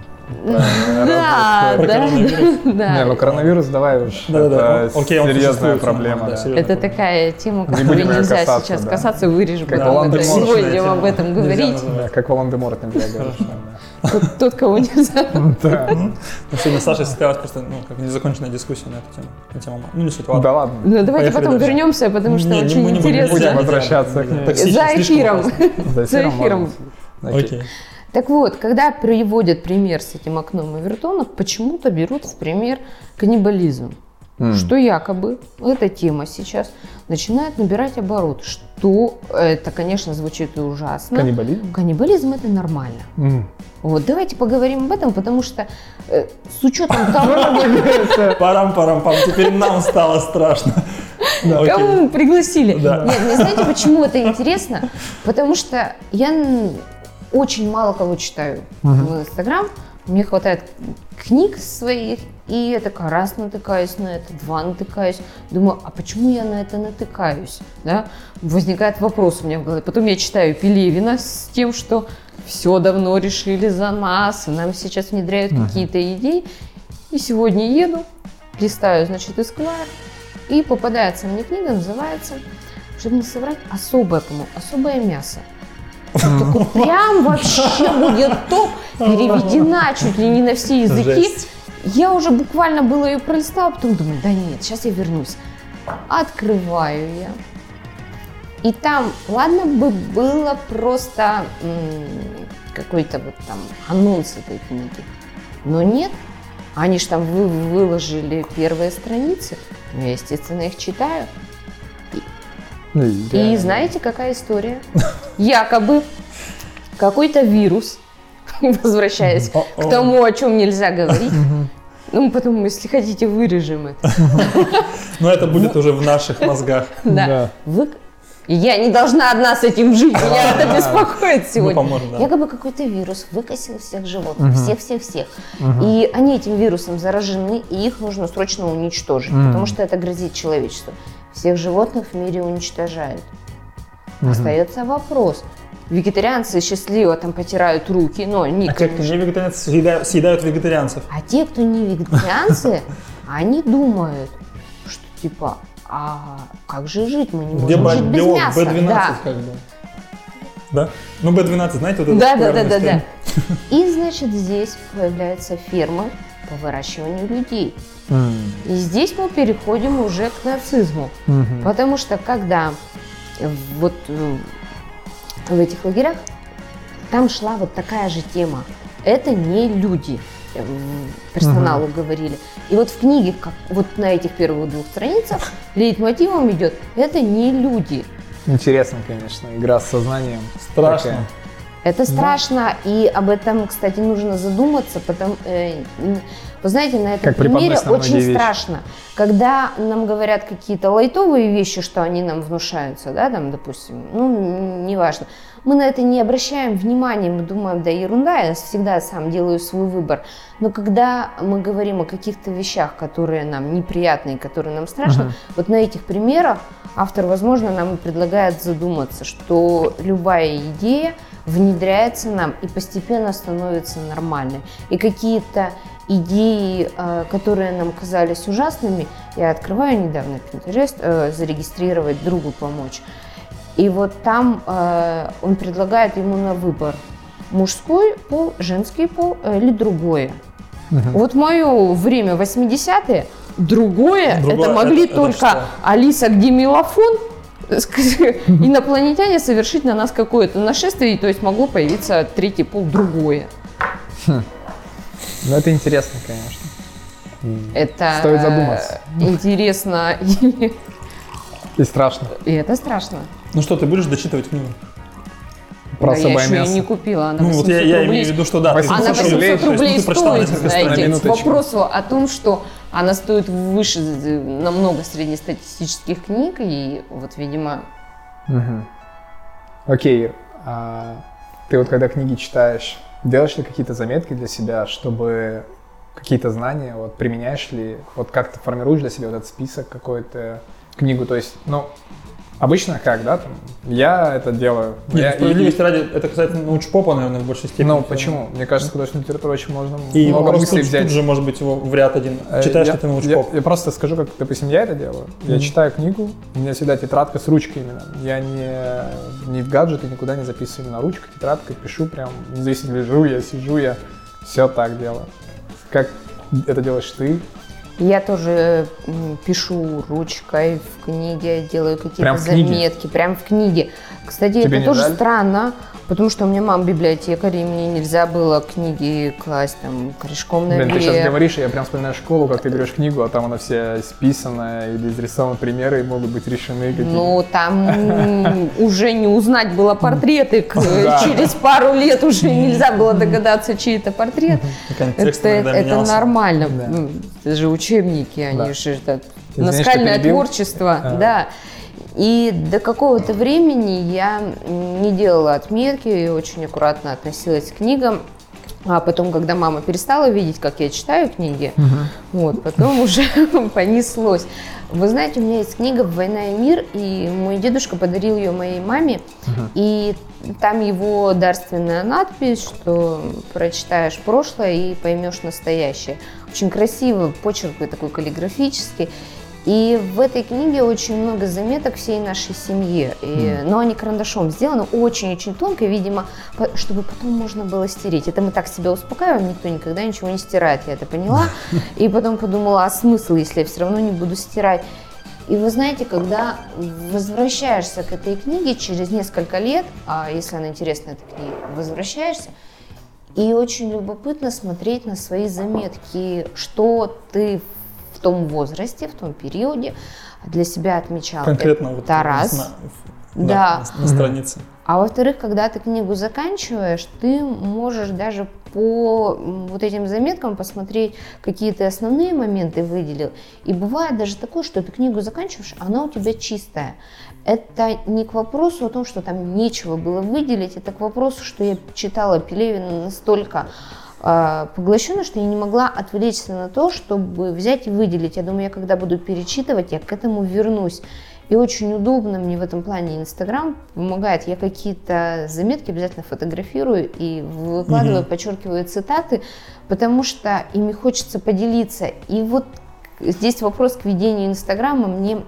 Да, про коронавирус. Не, ну коронавирус давай уж. Это серьезная проблема. Это такая тема, которой нельзя сейчас касаться, вырежем. Сегодня об этом говорить. Как Волан-де-Морт нельзя говорить. Тот, кого нельзя. Сегодня Саша состоялась просто незаконченная дискуссия на эту тему. Ну не суть, ладно. Да ладно. Ну давайте потом вернемся, потому что очень интересно. Будем возвращаться к ней. За эфиром. За эфиром. Окей. Так вот, когда приводят пример с этим окном Овертона, почему-то берут в пример каннибализм. Mm. Что якобы эта тема сейчас начинает набирать обороты. Что это, конечно, звучит и ужасно. Каннибализм? Каннибализм – это нормально. Mm. Вот, давайте поговорим об этом, потому что э, с учетом того... Парам-парам-пам, теперь нам стало страшно. Кого мы пригласили? Нет, не знаете, почему это интересно? Потому что я очень мало кого читаю в Инстаграм. Мне хватает книг своих, и я такая раз натыкаюсь на это, два натыкаюсь. Думаю, а почему я на это натыкаюсь? Да? Возникает вопрос у меня в голове. Потом я читаю Пелевина с тем, что все давно решили за нас, и нам сейчас внедряют uh-huh. какие-то идеи. И сегодня еду, листаю, значит, Esquire, и попадается мне книга, называется, чтобы не соврать, особое, по-моему, особое мясо. Такой, прям вообще будет топ, переведена чуть ли не на все языки. Жесть. Я уже буквально было ее пролистала, потом думаю, да нет, сейчас я вернусь. Открываю я. И там, ладно бы было просто м- какой-то вот там анонс этой книги, но нет. Они же там вы- выложили первые страницы, но я, естественно, их читаю. И, и знаете, какая история? Якобы какой-то вирус, возвращаясь к тому, о чем нельзя говорить. Ну, потом, если хотите, вырежем это. Но это будет уже в наших мозгах. Да. Я не должна одна с этим жить, меня это беспокоит сегодня. Мы поможем, да. Якобы какой-то вирус выкосил всех животных, угу. всех-всех-всех. Угу. И они этим вирусом заражены, и их нужно срочно уничтожить, угу. потому что это грозит человечеству. Всех животных в мире уничтожают. Угу. Остается вопрос. Вегетарианцы счастливо там потирают руки, но они, а те, кто не вегетарианцы, съедают, съедают вегетарианцев. А те, кто не вегетарианцы, они думают, что типа, а как же жить? Мы не можем Где жить без белок, мяса. бэ двенадцать Да. как бы. Да? Ну, бэ двенадцать, знаете, вот это Да, да, да, да, да. И, значит, здесь появляется ферма по выращиванию людей. Mm. И здесь мы переходим уже к нацизму. Mm-hmm. Потому что когда вот в этих лагерях там шла вот такая же тема. Это не люди, персоналу mm-hmm. говорили. И вот в книге, как вот на этих первых двух страницах, лейтмотивом идет, это не люди. Интересно, конечно, игра с сознанием. Страшно. Такая. Это страшно, да. И об этом, кстати, нужно задуматься, потому, э, вы знаете, на этом как примере очень страшно, когда нам говорят какие-то лайтовые вещи, что они нам внушаются, да, там, допустим, ну, неважно. Мы на это не обращаем внимания, мы думаем, да, ерунда, я всегда сам делаю свой выбор. Но когда мы говорим о каких-то вещах, которые нам неприятны, которые нам страшны, uh-huh. вот на этих примерах автор, возможно, нам предлагает задуматься, что любая идея внедряется нам и постепенно становится нормальной. И какие-то идеи, которые нам казались ужасными, я открываю недавно Pinterest, зарегистрировать другу помочь. И вот там э, он предлагает ему на выбор мужской пол, женский пол или другое. Угу. Вот в мое время, восьмидесятые, другое, другое это могли это, только это Алиса, где мелофон, инопланетяне совершить на нас какое-то нашествие, то есть могло появиться третий пол, другое. Хм. Ну это интересно, конечно. Это стоит задуматься. Интересно. И страшно. И это страшно. Ну что, ты будешь дочитывать книгу? Про да, особое я мясо. еще ее не купила. Она ну вот я, я имею в виду, что да. Она восемьсот рублей стоит, знаете. К вопросу о том, что она стоит выше намного среднестатистических книг, и вот, видимо... Угу. Окей, а ты вот когда книги читаешь, делаешь ли какие-то заметки для себя, чтобы какие-то знания, вот применяешь ли, вот как ты формируешь для себя вот этот список какой-то, книгу, то есть, ну, обычно как, да, там, я это делаю. Нет, я, справедливости и, ради, это касается научпопа, наверное, в большей степени. Ну, почему? Мне кажется, художественную литературу очень можно и много мыслей тут, взять. тут же, может быть, его в ряд один. Читаешь я, ли ты научпоп? Я, я просто скажу, как, допустим, я это делаю. Mm-hmm. Я читаю книгу, у меня всегда тетрадка с ручкой именно. Я не, не в гаджеты, никуда не записываю именно ручкой, тетрадкой, пишу прям, независимо, лежу я, сижу я, все так делаю. Как это делаешь ты? Я тоже пишу ручкой в книге, делаю какие-то прям заметки, прям в книге. Кстати, Тебе это тоже жаль? Странно. Потому что у меня мама библиотекарь, и мне нельзя было книги класть там корешком на Блин, ты две. сейчас говоришь, и я прям вспоминаю школу, как ты берешь книгу, а там она вся списанная или изрисованы примеры, и могут быть решены какие-то. Ну, там уже не узнать было портреты. Через пару лет уже нельзя было догадаться, чей это портрет. Это, это нормально. Да. Это же учебники, они да. же это Извини, наскальное творчество. А. Да. И до какого-то времени я не делала отметки и очень аккуратно относилась к книгам. А потом, когда мама перестала видеть, как я читаю книги, uh-huh. вот, потом уже понеслось. Вы знаете, у меня есть книга «Война и мир», и мой дедушка подарил ее моей маме, uh-huh. и там его дарственная надпись, что прочитаешь прошлое и поймешь настоящее. Очень красивый почерк, такой каллиграфический. И в этой книге очень много заметок всей нашей семьи, и, mm. но они карандашом сделаны, очень-очень тонко, видимо, чтобы потом можно было стереть. Это мы так себя успокаиваем, никто никогда ничего не стирает, я это поняла. И потом подумала, а смысл, если я все равно не буду стирать? И вы знаете, когда возвращаешься к этой книге через несколько лет, а если она интересна, эта книга, возвращаешься, и очень любопытно смотреть на свои заметки, что ты в том возрасте, в том периоде для себя отмечал. Конкретно это вот раз. На, да. на, на странице. А во-вторых, когда ты книгу заканчиваешь, ты можешь даже по вот этим заметкам посмотреть, какие ты основные моменты выделил. И бывает даже такое, что ты книгу заканчиваешь, она у тебя чистая. Это не к вопросу о том, что там нечего было выделить, это к вопросу, что я читала Пелевина настолько поглощена, что я не могла отвлечься на то, чтобы взять и выделить. Я думаю, я когда буду перечитывать, я к этому вернусь. И очень удобно мне в этом плане Инстаграм помогает. Я какие-то заметки обязательно фотографирую и выкладываю, mm-hmm. подчеркиваю цитаты, потому что ими хочется поделиться. И вот здесь вопрос к ведению Инстаграма. Мне,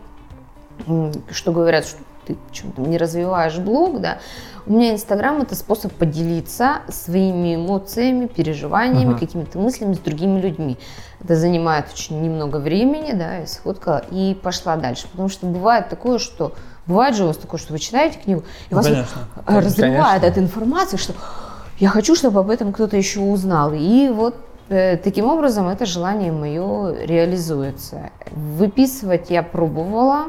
что говорят, что ты почему-то не развиваешь блог, да, у меня Инстаграм — это способ поделиться своими эмоциями, переживаниями, uh-huh. какими-то мыслями с другими людьми. Это занимает очень немного времени, да, я сфоткала и пошла дальше. Потому что бывает такое, что... Бывает же у вас такое, что вы читаете книгу, и ну, вас конечно. разрывает от информации, что я хочу, чтобы об этом кто-то еще узнал. И вот э, таким образом это желание мое реализуется. Выписывать я пробовала.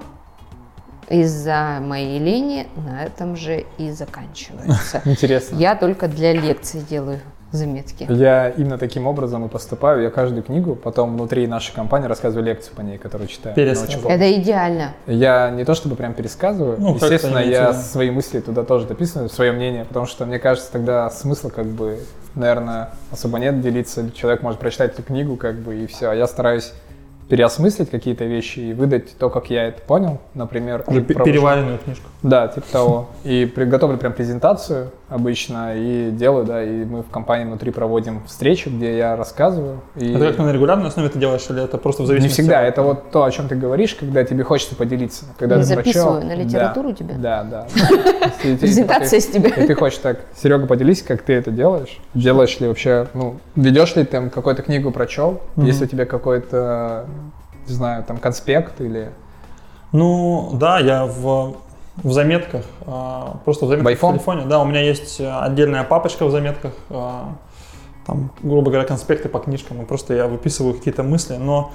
Из-за моей лени на этом же и заканчивается. Интересно. Я только для лекций делаю заметки. Я именно таким образом и поступаю. Я каждую книгу потом внутри нашей компании рассказываю лекцию по ней, которую читаю. Это идеально. Я не то чтобы прям пересказываю. Ну, естественно, я свои мысли туда тоже дописываю, свое мнение, потому что мне кажется, тогда смысла как бы, наверное, особо нет делиться. Человек может прочитать эту книгу как бы и все. А я стараюсь переосмыслить какие-то вещи и выдать то, как я это понял, например. Уже переваренную книжку. Да, типа того. И приготовлю прям презентацию обычно и делаю, да, и мы в компании внутри проводим встречу, где я рассказываю. И... Это как на регулярной основе ты делаешь, или это просто в зависимости? Не всегда, это вот то, о чем ты говоришь, когда тебе хочется поделиться. Когда я ты записываю прочел, на литературу да, тебя? Да, да. Презентация с тебя. И ты хочешь так, Серега, поделись, как ты это делаешь. Делаешь ли вообще, ну, ведешь ли ты какую-то книгу прочел, есть у тебя какой-то, не знаю, там конспект или... Ну, да, я в, в заметках, просто в заметках в телефоне. Да, у меня есть отдельная папочка в заметках, там, грубо говоря, конспекты по книжкам, и просто я выписываю какие-то мысли, но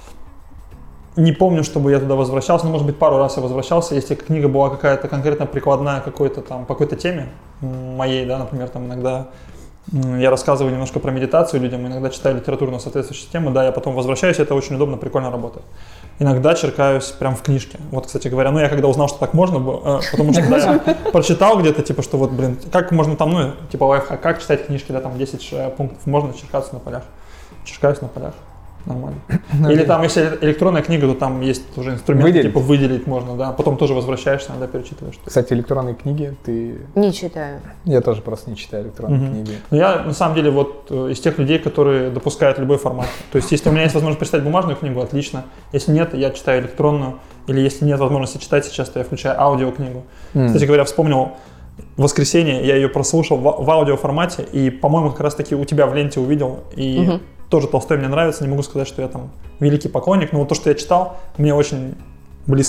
не помню, чтобы я туда возвращался, ну, может быть, пару раз я возвращался, если книга была какая-то конкретно прикладная какой-то там, по какой-то теме моей, да, например, там иногда я рассказываю немножко про медитацию людям, иногда читаю литературу на соответствующие темы, да, я потом возвращаюсь, это очень удобно, прикольно работает. Иногда черкаюсь прям в книжке. Вот, кстати говоря, ну я когда узнал, что так можно было, потому что да, я прочитал где-то, типа, что вот, блин, как можно там, ну, типа лайфхак, как читать книжки, да, там десять пунктов, можно черкаться на полях. Черкаюсь на полях. Нормально. Или там, если электронная книга, то там есть уже инструменты, выделить. Типа выделить можно, да. Потом тоже возвращаешься, иногда перечитываешь. Кстати, электронные книги ты... Не читаю. Я тоже просто не читаю электронные mm-hmm. книги. Но я, на самом деле, вот из тех людей, которые допускают любой формат. То есть, если у меня есть возможность прочитать бумажную книгу, отлично. Если нет, я читаю электронную. Или если нет возможности читать сейчас, то я включаю аудиокнигу. Mm. Кстати говоря, вспомнил в воскресенье, я ее прослушал в, в аудиоформате, и, по-моему, как раз-таки у тебя в ленте увидел, и... Mm-hmm. Тоже Толстой мне нравится, не могу сказать, что я там великий поклонник, но вот то, что я читал, мне очень близко.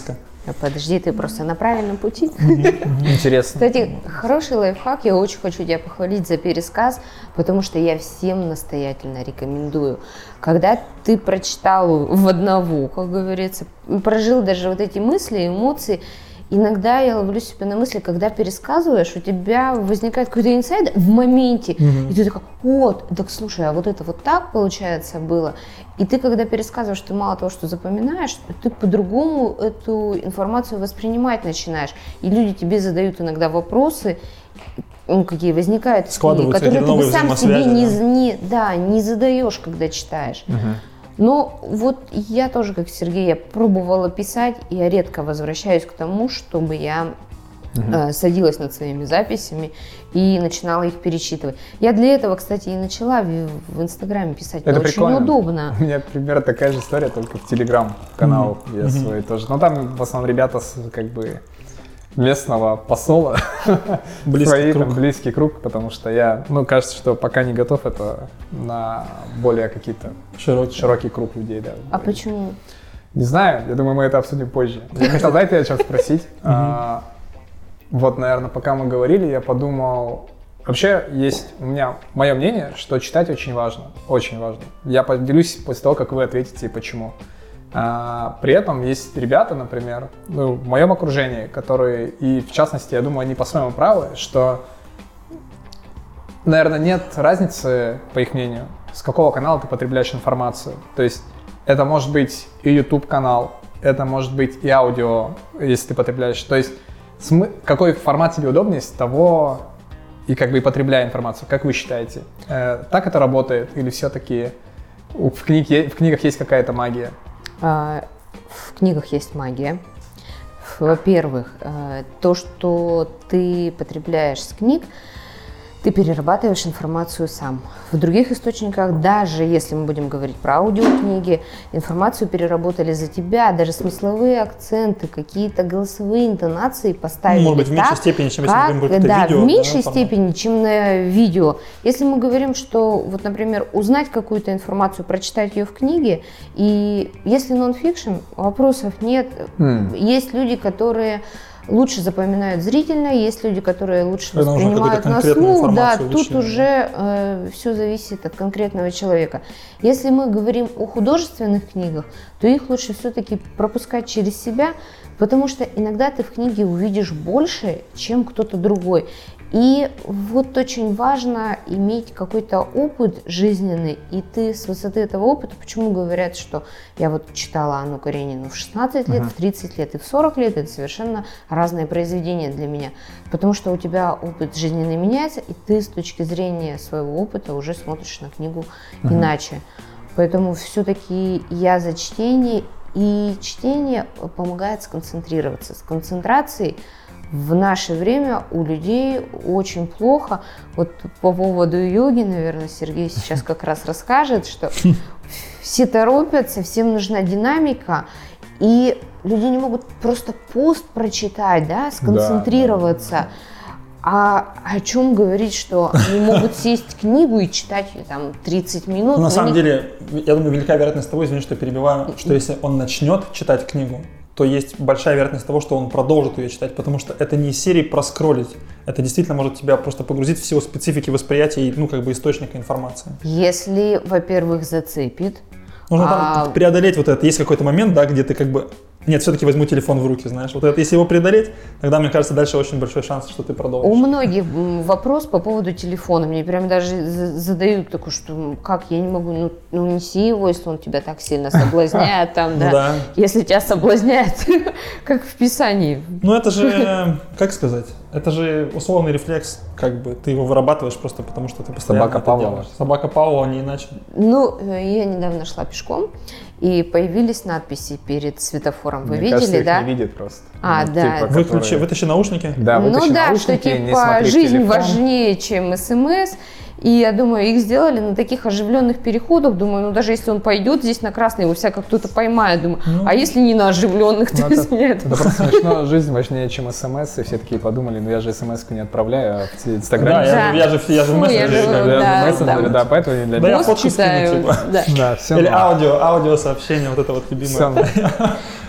Подожди, ты просто на правильном пути. Интересно. Кстати, хороший лайфхак, я очень хочу тебя похвалить за пересказ, потому что я всем настоятельно рекомендую. Когда ты прочитал в одного, как говорится, прожил даже вот эти мысли, эмоции, иногда я ловлю себя на мысли, когда пересказываешь, у тебя возникает какой-то инсайд в моменте, mm-hmm. и ты такой, вот, так слушай, а вот это вот так, получается, было. И ты, когда пересказываешь, ты мало того, что запоминаешь, ты по-другому эту информацию воспринимать начинаешь. И люди тебе задают иногда вопросы, ну, какие возникают, складываются которые ты новые сам себе да? не, не, да, не задаешь, когда читаешь. Mm-hmm. Но вот я тоже, как Сергей, я пробовала писать, и я редко возвращаюсь к тому, чтобы я uh-huh. э, садилась над своими записями и начинала их перечитывать. Я для этого, кстати, и начала в, в Инстаграме писать. Это, это очень удобно. У меня примерно такая же история, только в Телеграм-канал uh-huh. я uh-huh. свой тоже. Но там в основном ребята как бы местного посола, близкий, свои, круг. Там, близкий круг, потому что я, ну, кажется, что пока не готов, это на более какие-то широкий, широкий круг людей, да. А почему? Не знаю, я думаю, мы это обсудим позже. Я хотел, знаете, о чем спросить. а, вот, наверное, пока мы говорили, я подумал, вообще есть у меня мое мнение, что читать очень важно, очень важно. Я поделюсь после того, как вы ответите, почему. А, при этом есть ребята, например, ну, в моем окружении, которые, и в частности, я думаю, они по-своему правы, что, наверное, нет разницы, по их мнению, с какого канала ты потребляешь информацию. То есть это может быть и YouTube-канал, это может быть и аудио, если ты потребляешь. То есть смы- какой формат тебе удобнее, с того и как бы и потребляя информацию. Как вы считаете, э, так это работает или все-таки в, книге, в книгах есть какая-то магия? В книгах есть магия. Во-первых, то, что ты потребляешь с книг, ты перерабатываешь информацию сам. В других источниках, даже если мы будем говорить про аудиокниги, информацию переработали за тебя, даже смысловые акценты, какие-то голосовые интонации поставили. Ну, может быть, в меньшей так, степени, чем как, если мы говорим про да, видео. в меньшей да, степени, чем на видео. Если мы говорим, что, вот, например, узнать какую-то информацию, прочитать ее в книге, и если нон-фикшн, вопросов нет. Mm. Есть люди, которые лучше запоминают зрительно, есть люди, которые лучше это воспринимают на слух, да, тут уже э, все зависит от конкретного человека. Если мы говорим о художественных книгах, то их лучше все-таки пропускать через себя, потому что иногда ты в книге увидишь больше, чем кто-то другой. И вот очень важно иметь какой-то опыт жизненный, и ты с высоты этого опыта, почему говорят, что я вот читала Анну Каренину в шестнадцать лет, uh-huh. в тридцать лет и в сорок лет, это совершенно разные произведения для меня, потому что у тебя опыт жизненный меняется, и ты с точки зрения своего опыта уже смотришь на книгу uh-huh. иначе. Поэтому все-таки я за чтение, и чтение помогает сконцентрироваться. С концентрацией в наше время у людей очень плохо. Вот по поводу йоги, наверное, Сергей сейчас как раз расскажет, что все торопятся, всем нужна динамика, и люди не могут просто пост прочитать, да, сконцентрироваться. Да, да. А о чем говорить, что они могут сесть книгу и читать ее там тридцать минут? Ну, на самом не... деле, я думаю, велика вероятность того, извини, что перебиваю, что если он начнет читать книгу, то есть большая вероятность того, что он продолжит ее читать, потому что это не из серии проскроллить, это действительно может тебя просто погрузить в силу специфики восприятия и, ну, как бы источника информации. Если, во-первых, зацепит. Нужно а... там преодолеть вот это. Есть какой-то момент, да, где ты как бы, нет, все-таки возьму телефон в руки, знаешь. Вот это, если его преодолеть, тогда, мне кажется, дальше очень большой шанс, что ты продолжишь. У многих вопрос по поводу телефона. Мне прям даже задают такое, что как, я не могу, ну, ну неси его, если он тебя так сильно соблазняет, там, да. Если тебя соблазняет, как в Писании. Ну это же, как сказать, это же условный рефлекс, как бы, ты его вырабатываешь просто потому, что ты постоянно Собака Павлова. Собака Павлова, не иначе. Ну, я недавно шла пешком, и появились надписи перед светофором. Вы Мне видели, кажется, да? их не видит просто. А, ну, да. Типа, Выключи, которые... вытащи наушники. Да, вытащи ну да, наушники, что типа жизнь телефон. важнее, чем смс. И я думаю, их сделали на таких оживленных переходах. Думаю, ну даже если он пойдет здесь на красный, его всяко кто-то поймает. Думаю, ну, а если не на оживленных, то ну, из меня это... Это просто смешно, жизнь важнее, чем смс. И все такие подумали, ну я же смс-ку не отправляю, а в Инстаграме. Да, я же я же в мессенджере. Да, поэтому не для меня. Да, я фотку скину, типа. Да, все. Или аудио, аудио сообщение, вот это вот любимое.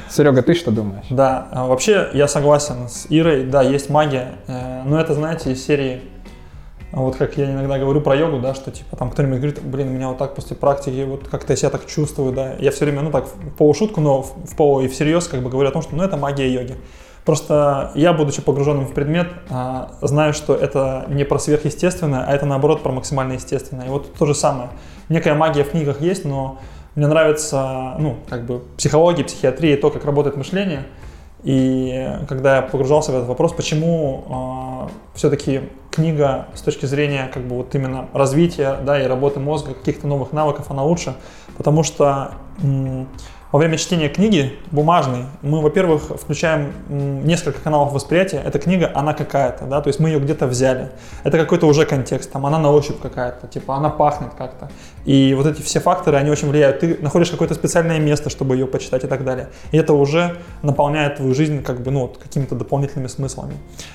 Серега, ты что думаешь? Да, вообще я согласен с Ирой, да, есть магия, но это, знаете, из серии, вот как я иногда говорю про йогу, да, что типа там кто-нибудь говорит, блин, меня вот так после практики, вот как-то я себя так чувствую, да, я все время, ну так, в полушутку, но в полу и всерьез как бы говорю о том, что, ну, это магия йоги. Просто я, будучи погруженным в предмет, знаю, что это не про сверхъестественное, а это наоборот про максимально естественное. И вот то же самое. Некая магия в книгах есть, но мне нравится, ну, как бы психология, психиатрия, то, как работает мышление. И когда я погружался в этот вопрос, почему э, все-таки книга с точки зрения как бы вот именно развития, да, и работы мозга, каких-то новых навыков, она лучше, потому что м- во время чтения книги бумажной мы, во-первых, включаем м, несколько каналов восприятия. Эта книга, она какая-то, да, то есть мы ее где-то взяли. Это какой-то уже контекст, там она на ощупь какая-то, типа она пахнет как-то. И вот эти все факторы, они очень влияют. Ты находишь какое-то специальное место, чтобы ее почитать и так далее. И это уже наполняет твою жизнь как бы, ну, вот, какими-то дополнительными смыслами.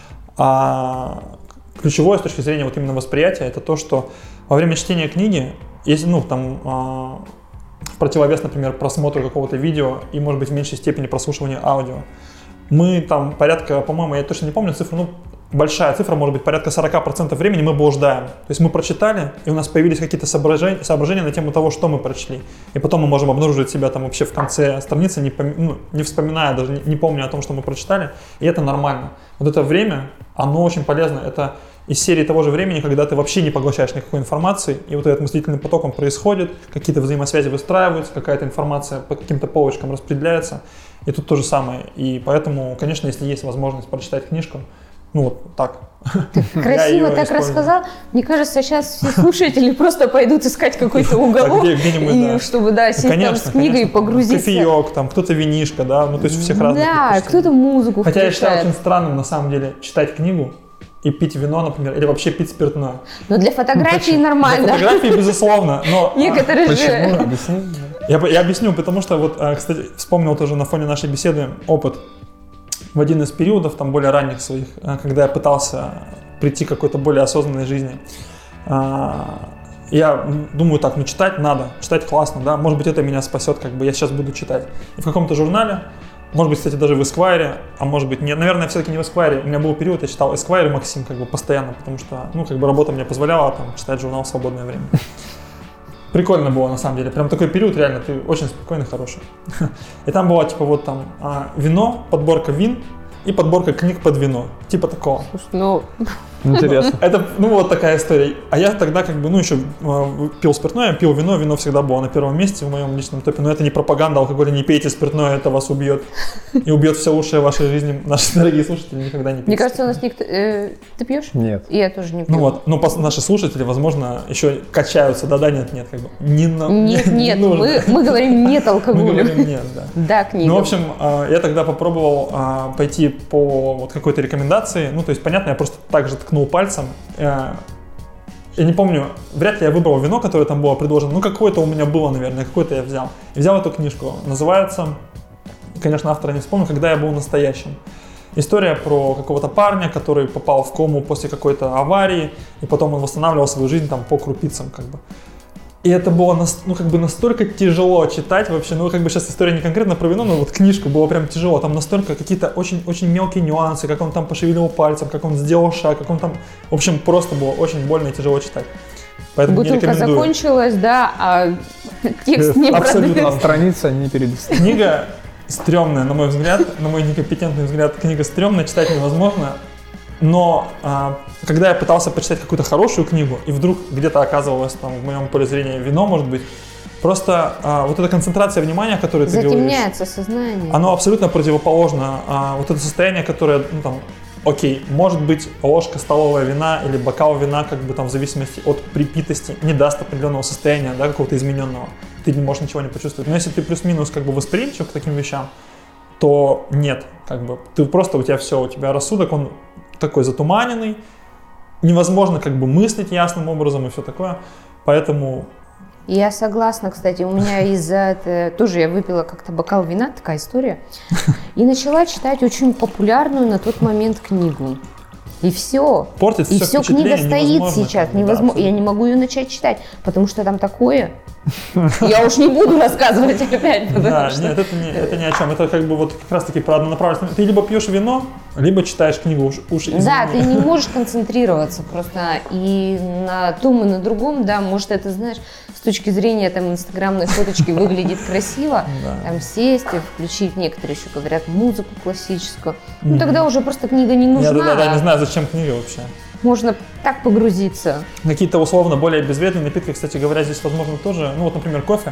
А ключевое с точки зрения вот именно восприятия, это то, что во время чтения книги, если, ну, там, а, в противовес, например, просмотру какого-то видео и, может быть, в меньшей степени прослушиванию аудио. Мы там порядка, по-моему, я точно не помню цифру, ну, большая цифра, может быть, порядка сорок процентов времени мы блуждаем. То есть мы прочитали, и у нас появились какие-то соображения, соображения на тему того, что мы прочли. И потом мы можем обнаружить себя там вообще в конце страницы, не, пом- ну, не вспоминая, даже не, не помня о том, что мы прочитали. И это нормально. Вот это время, оно очень полезно. Это из серии того же времени, когда ты вообще не поглощаешь никакой информации, и вот этот мыслительный поток, он происходит, какие-то взаимосвязи выстраиваются, какая-то информация по каким-то полочкам распределяется, и тут то же самое. И поэтому, конечно, если есть возможность прочитать книжку, ну вот так. Ты красиво так рассказал. Мне кажется, сейчас все слушатели просто пойдут искать какой-то уголок, и чтобы, да, сесть там с книгой и погрузиться. Кофеек, там кто-то винишко, да, ну то есть у всех разные. Да, кто-то музыку включает. Хотя я считаю очень странным, на самом деле, читать книгу и пить вино, например, или вообще пить спиртное. Но для фотографии ну, нормально. Для фотографии, безусловно, но... Некоторые же... Объясни. Я, я объясню, потому что, вот, кстати, вспомнил тоже на фоне нашей беседы опыт в один из периодов, там, более ранних своих, когда я пытался прийти к какой-то более осознанной жизни. Я думаю, так, ну читать надо, читать классно, да, может быть, это меня спасет, как бы я сейчас буду читать. И в каком-то журнале, может быть, кстати, даже в Esquire, а может быть, нет, наверное, все-таки не в Esquire, у меня был период, я читал Esquire и Максим, как бы, постоянно, потому что, ну, как бы, работа мне позволяла, там, читать журнал в свободное время. Прикольно было, на самом деле, прям такой период, реально, ты очень спокойный, хороший. И там было, типа, вот там, вино, подборка вин и подборка книг под вино, типа такого. Слушай, ну... Интересно. Это, ну, вот такая история. А я тогда, как бы, ну, еще э, пил спиртное, пил вино, вино всегда было на первом месте в моем личном топе, но это не пропаганда алкоголя, не пейте спиртное, это вас убьет. И убьет все лучшее в вашей жизни. Наши дорогие слушатели никогда не пьют. Мне кажется, у нас никто... Э, ты пьешь? Нет. Я тоже не пью. Ну вот, ну, пос, наши слушатели, возможно, еще качаются, да-да, нет-нет, как бы. Не, на, нет, не, нет, не мы, мы говорим нет алкоголю. Мы говорим нет, да. Да, книга. Ну, в общем, э, я тогда попробовал э, пойти по вот какой-то рекомендации, ну, то есть, понятно, я просто так же ткнул пальцем. Я не помню, вряд ли я выбрал вино, которое там было предложено, ну какое-то у меня было, наверное, какое-то я взял. И взял эту книжку, называется, конечно, автора не вспомню, «Когда я был настоящим». История про какого-то парня, который попал в кому после какой-то аварии, и потом он восстанавливал свою жизнь там по крупицам, как бы. И это было, ну, как бы настолько тяжело читать вообще, ну, как бы сейчас история не конкретно про вино, но вот книжку было прям тяжело, там настолько какие-то очень-очень мелкие нюансы, как он там пошевелил пальцем, как он сделал шаг, как он там, в общем, просто было очень больно и тяжело читать. Поэтому бутылка не рекомендую. Закончилась, да, а текст не абсолютно. Страница не перелистывает. Книга стрёмная, на мой взгляд, на мой некомпетентный взгляд, книга стрёмная, читать невозможно. Но а, когда я пытался почитать какую-то хорошую книгу, и вдруг где-то оказывалось там в моем поле зрения вино, может быть, просто а, вот эта концентрация внимания, о которой ты говоришь, затемняется сознание. Оно абсолютно противоположно. А, вот это состояние, которое, ну там, окей, может быть, ложка столовая вина или бокал вина, как бы там в зависимости от припитости, не даст определенного состояния, да, какого-то измененного. Ты не можешь ничего не почувствовать. Но если ты плюс-минус как бы восприимчив к таким вещам, то нет, как бы, ты просто, у тебя все, у тебя рассудок, он такой затуманенный, невозможно как бы мыслить ясным образом и все такое, поэтому... Я согласна, кстати, у меня из-за этого, тоже я выпила как-то бокал вина, такая история, и начала читать очень популярную на тот момент книгу. И все. Портится и все, все книга стоит невозможно, сейчас, как бы, невозможно, да, я не могу ее начать читать, потому что там такое. Я уж не буду рассказывать опять, потому Да, что... нет, это не, это ни о чем. Это как бы вот как раз таки про однонаправленность. Ты либо пьешь вино, либо читаешь книгу. Уж, уж извини. Да, ты не можешь концентрироваться просто и на том, и на другом, да, может, это, знаешь, с точки зрения там инстаграмной фоточки выглядит красиво, Да. там сесть и включить, некоторые еще говорят, музыку классическую. Ну, тогда уже просто книга не нужна. Я да, да, не знаю, зачем книга вообще. Можно так погрузиться. Какие-то условно более безвредные напитки, кстати говоря, здесь возможно тоже. Ну вот, например, кофе.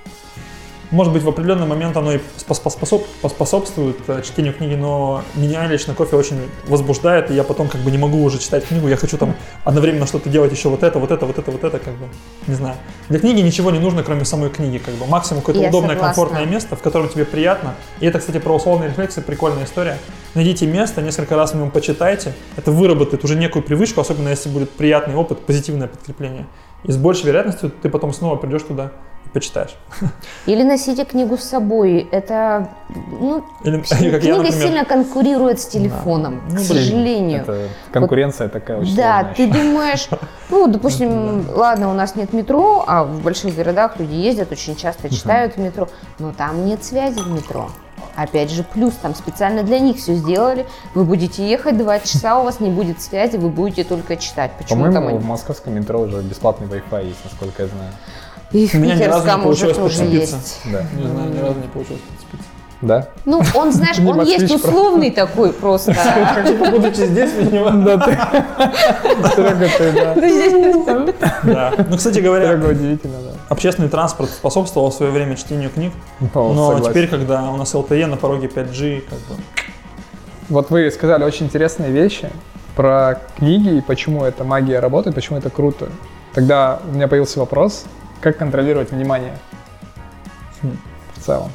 Может быть, в определенный момент оно и поспособ- поспособствует э, чтению книги, но меня лично кофе очень возбуждает, и я потом как бы не могу уже читать книгу, я хочу там одновременно что-то делать еще вот это, вот это, вот это, вот это, как бы, не знаю. Для книги ничего не нужно, кроме самой книги, как бы. Максимум какое-то Я удобное, согласна. комфортное место, в котором тебе приятно. И это, кстати, про условные рефлексы, прикольная история. Найдите место, несколько раз в нем почитайте, это выработает уже некую привычку, особенно если будет приятный опыт, позитивное подкрепление. И с большей вероятностью ты потом снова придешь туда и почитаешь. Или носите книгу с собой. Это, ну, Или, книга как я, например, сильно конкурирует с телефоном, Да. к Ну, блин, сожалению. Это конкуренция такая очень Да, сложная ты еще. думаешь, ну, допустим, ладно, у нас нет метро, а в больших городах люди ездят, очень часто читают в метро, но там нет связи в метро. Опять же, плюс, там специально для них все сделали. Вы будете ехать два часа, у вас не будет связи, вы будете только читать. Почему там По-моему, они? в московском метро уже бесплатный Wi-Fi есть, насколько я знаю. И в У меня ни разу не питерском уже получилось тоже подцепиться. есть. Да. Не знаю, ни разу не получилось подцепиться. Да? Ну, он, знаешь, Не он есть москвич, просто. условный такой просто. Типа, будучи здесь, видимо. Да, ты. Только ты, да. Да. Ну, кстати говоря, Только удивительно, да. общественный транспорт способствовал в свое время чтению книг, О, но согласен. теперь, когда у нас эл тэ е на пороге пять джи, как бы... Вот вы сказали очень интересные вещи про книги и почему эта магия работает, почему это круто. Тогда у меня появился вопрос, как контролировать внимание Хм. в целом.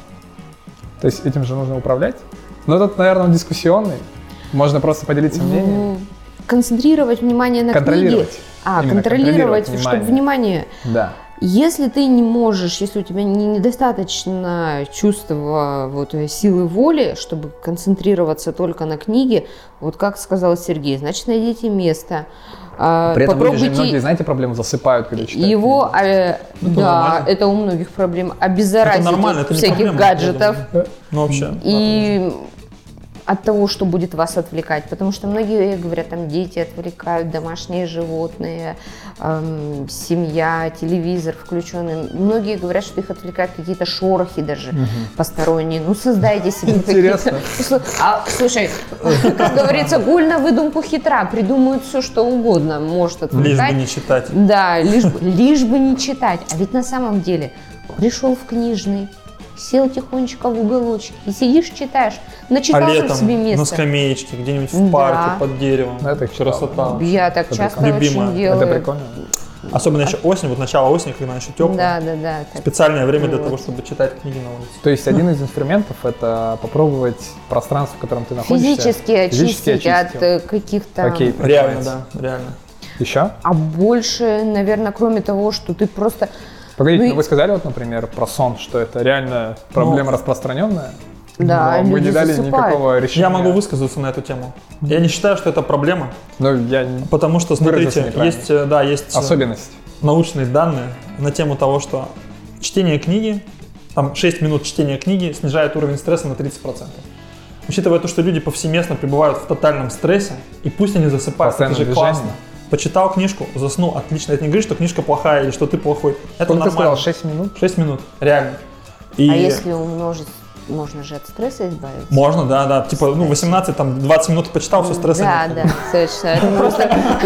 То есть этим же нужно управлять? Но этот, наверное, он дискуссионный. Можно просто поделиться мнением. Ну, концентрировать внимание на книге. Контролировать. А, Именно контролировать, контролировать чтобы внимание. Да. Если ты не можешь, если у тебя не, недостаточно чувства вот, силы воли, чтобы концентрироваться только на книге, вот как сказал Сергей, значит, найдите место. а, При этом люди же попробуйте многие, знаете, проблему засыпают, когда читают его, книгу. э, Это да, нормально. это у многих проблем, обеззаразить Это нормально, от это не всяких проблема, я гаджетов. думаю. Ну, вообще. И от того, что будет вас отвлекать. Потому что многие говорят, там дети отвлекают, домашние животные, эм, семья, телевизор включенный. Многие говорят, что их отвлекают какие-то шорохи даже посторонние. Ну, создайте себе Интересно. какие-то... А, слушай, как говорится, гуль на выдумку хитра, придумают все, что угодно, может Лишь бы отвлекать. не читать. Да, лишь бы, лишь бы не читать. А ведь на самом деле пришел в книжный, сел тихонечко в уголочке и сидишь, читаешь, А начитался летом себе на место. скамеечке, где-нибудь в Да. парке под деревом. Ну, это читал. Красота. Я так Это часто прикольно. очень Любимое. делаю. Это прикольно. Особенно еще осень, вот начало осени, когда она еще теплая. Да, да, да. так. Специальное время для Вот. того, чтобы читать книги на улице. То есть один из инструментов – это попробовать пространство, в котором ты находишься. Физически очистить физически от очистил. э, каких-то... Окей, Реально, нравится. да, реально. Еще? А больше, наверное, кроме того, что ты просто... Погодите, Ну и- ну вы сказали, вот, например, про сон, что это реально проблема распространенная. Да, но мы люди не дали засыпают. никакого решения. Я могу высказаться на эту тему. Я не считаю, что это проблема, Ну, я не- потому что, Выразился смотрите, неправильно. есть, э, да, есть э, Особенность. научные данные на тему того, что чтение книги, там шесть минут чтения книги снижает уровень стресса на тридцать процентов. Учитывая то, что люди повсеместно пребывают в тотальном стрессе, и пусть они засыпают, это Постоянном же движении. классно. Почитал книжку, заснул, отлично. Это не говорит, что книжка плохая или что ты плохой. Это Сколько ты нормально. сказал? шесть минут? шесть минут, реально. И А если умножить, можно же от стресса избавиться? можно, да, да. Типа, ну, восемнадцать, там, двадцать минут почитал, все, стресса Да, нет. да, точно. Это просто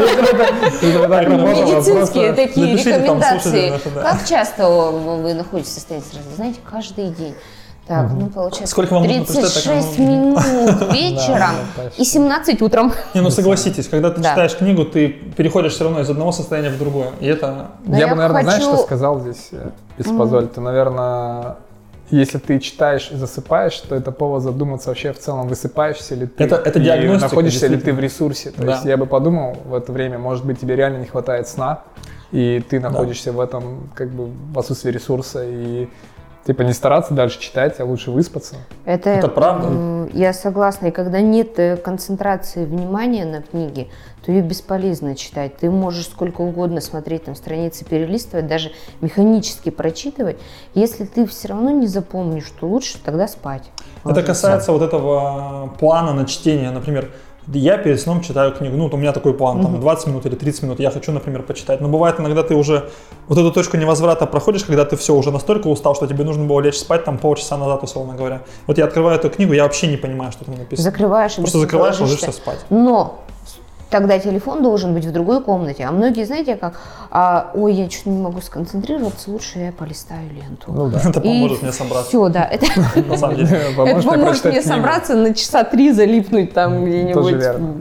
Можно медицинские просто- такие Напишите там, слушатели рекомендации. наши, да. Как часто вы находитесь в состоянии стресса? Знаете, каждый день. Так, ну получается Сколько вам нужно тридцать прочитать, так, шесть ну, минут вечером да, точно. и семнадцать утром. Не, ну согласитесь, когда ты Да. читаешь книгу, ты переходишь все равно из одного состояния в другое. И это... Но я я бы, наверное, знаешь, хочу- что сказал здесь, э, без позволь, то, наверное, если ты читаешь и засыпаешь, то это повод задуматься вообще в целом, высыпаешься ли ты, Это- это и диагностика, находишься ли ты действительно. в ресурсе. То Да. есть я бы подумал в это время, может быть, тебе реально не хватает сна, и ты находишься в этом, как бы, в отсутствии ресурса, и Типа не стараться дальше читать, а лучше выспаться. Это, Это правда. Я согласна. И когда нет концентрации внимания на книге, то ее бесполезно читать. Ты можешь сколько угодно смотреть там страницы, перелистывать, даже механически прочитывать. Если ты все равно не запомнишь, то лучше тогда спать. Это касается вот этого плана на чтение. Например, я перед сном читаю книгу. Ну, вот у меня такой план, там, двадцать минут или тридцать минут. Я хочу, например, почитать. Но бывает иногда ты уже вот эту точку невозврата проходишь, когда ты все уже настолько устал, что тебе нужно было лечь спать там полчаса назад, условно говоря. Вот я открываю эту книгу, я вообще не понимаю, что там написано. Закрываешь. Просто закрываешь, ложишься спать. Но тогда телефон должен быть в другой комнате. А многие, знаете, как, а, ой, я что-то не могу сконцентрироваться, лучше я полистаю ленту. Ну да. Это поможет мне собраться. Все, да. Это на самом деле. поможет мне собраться на часа три залипнуть там где-нибудь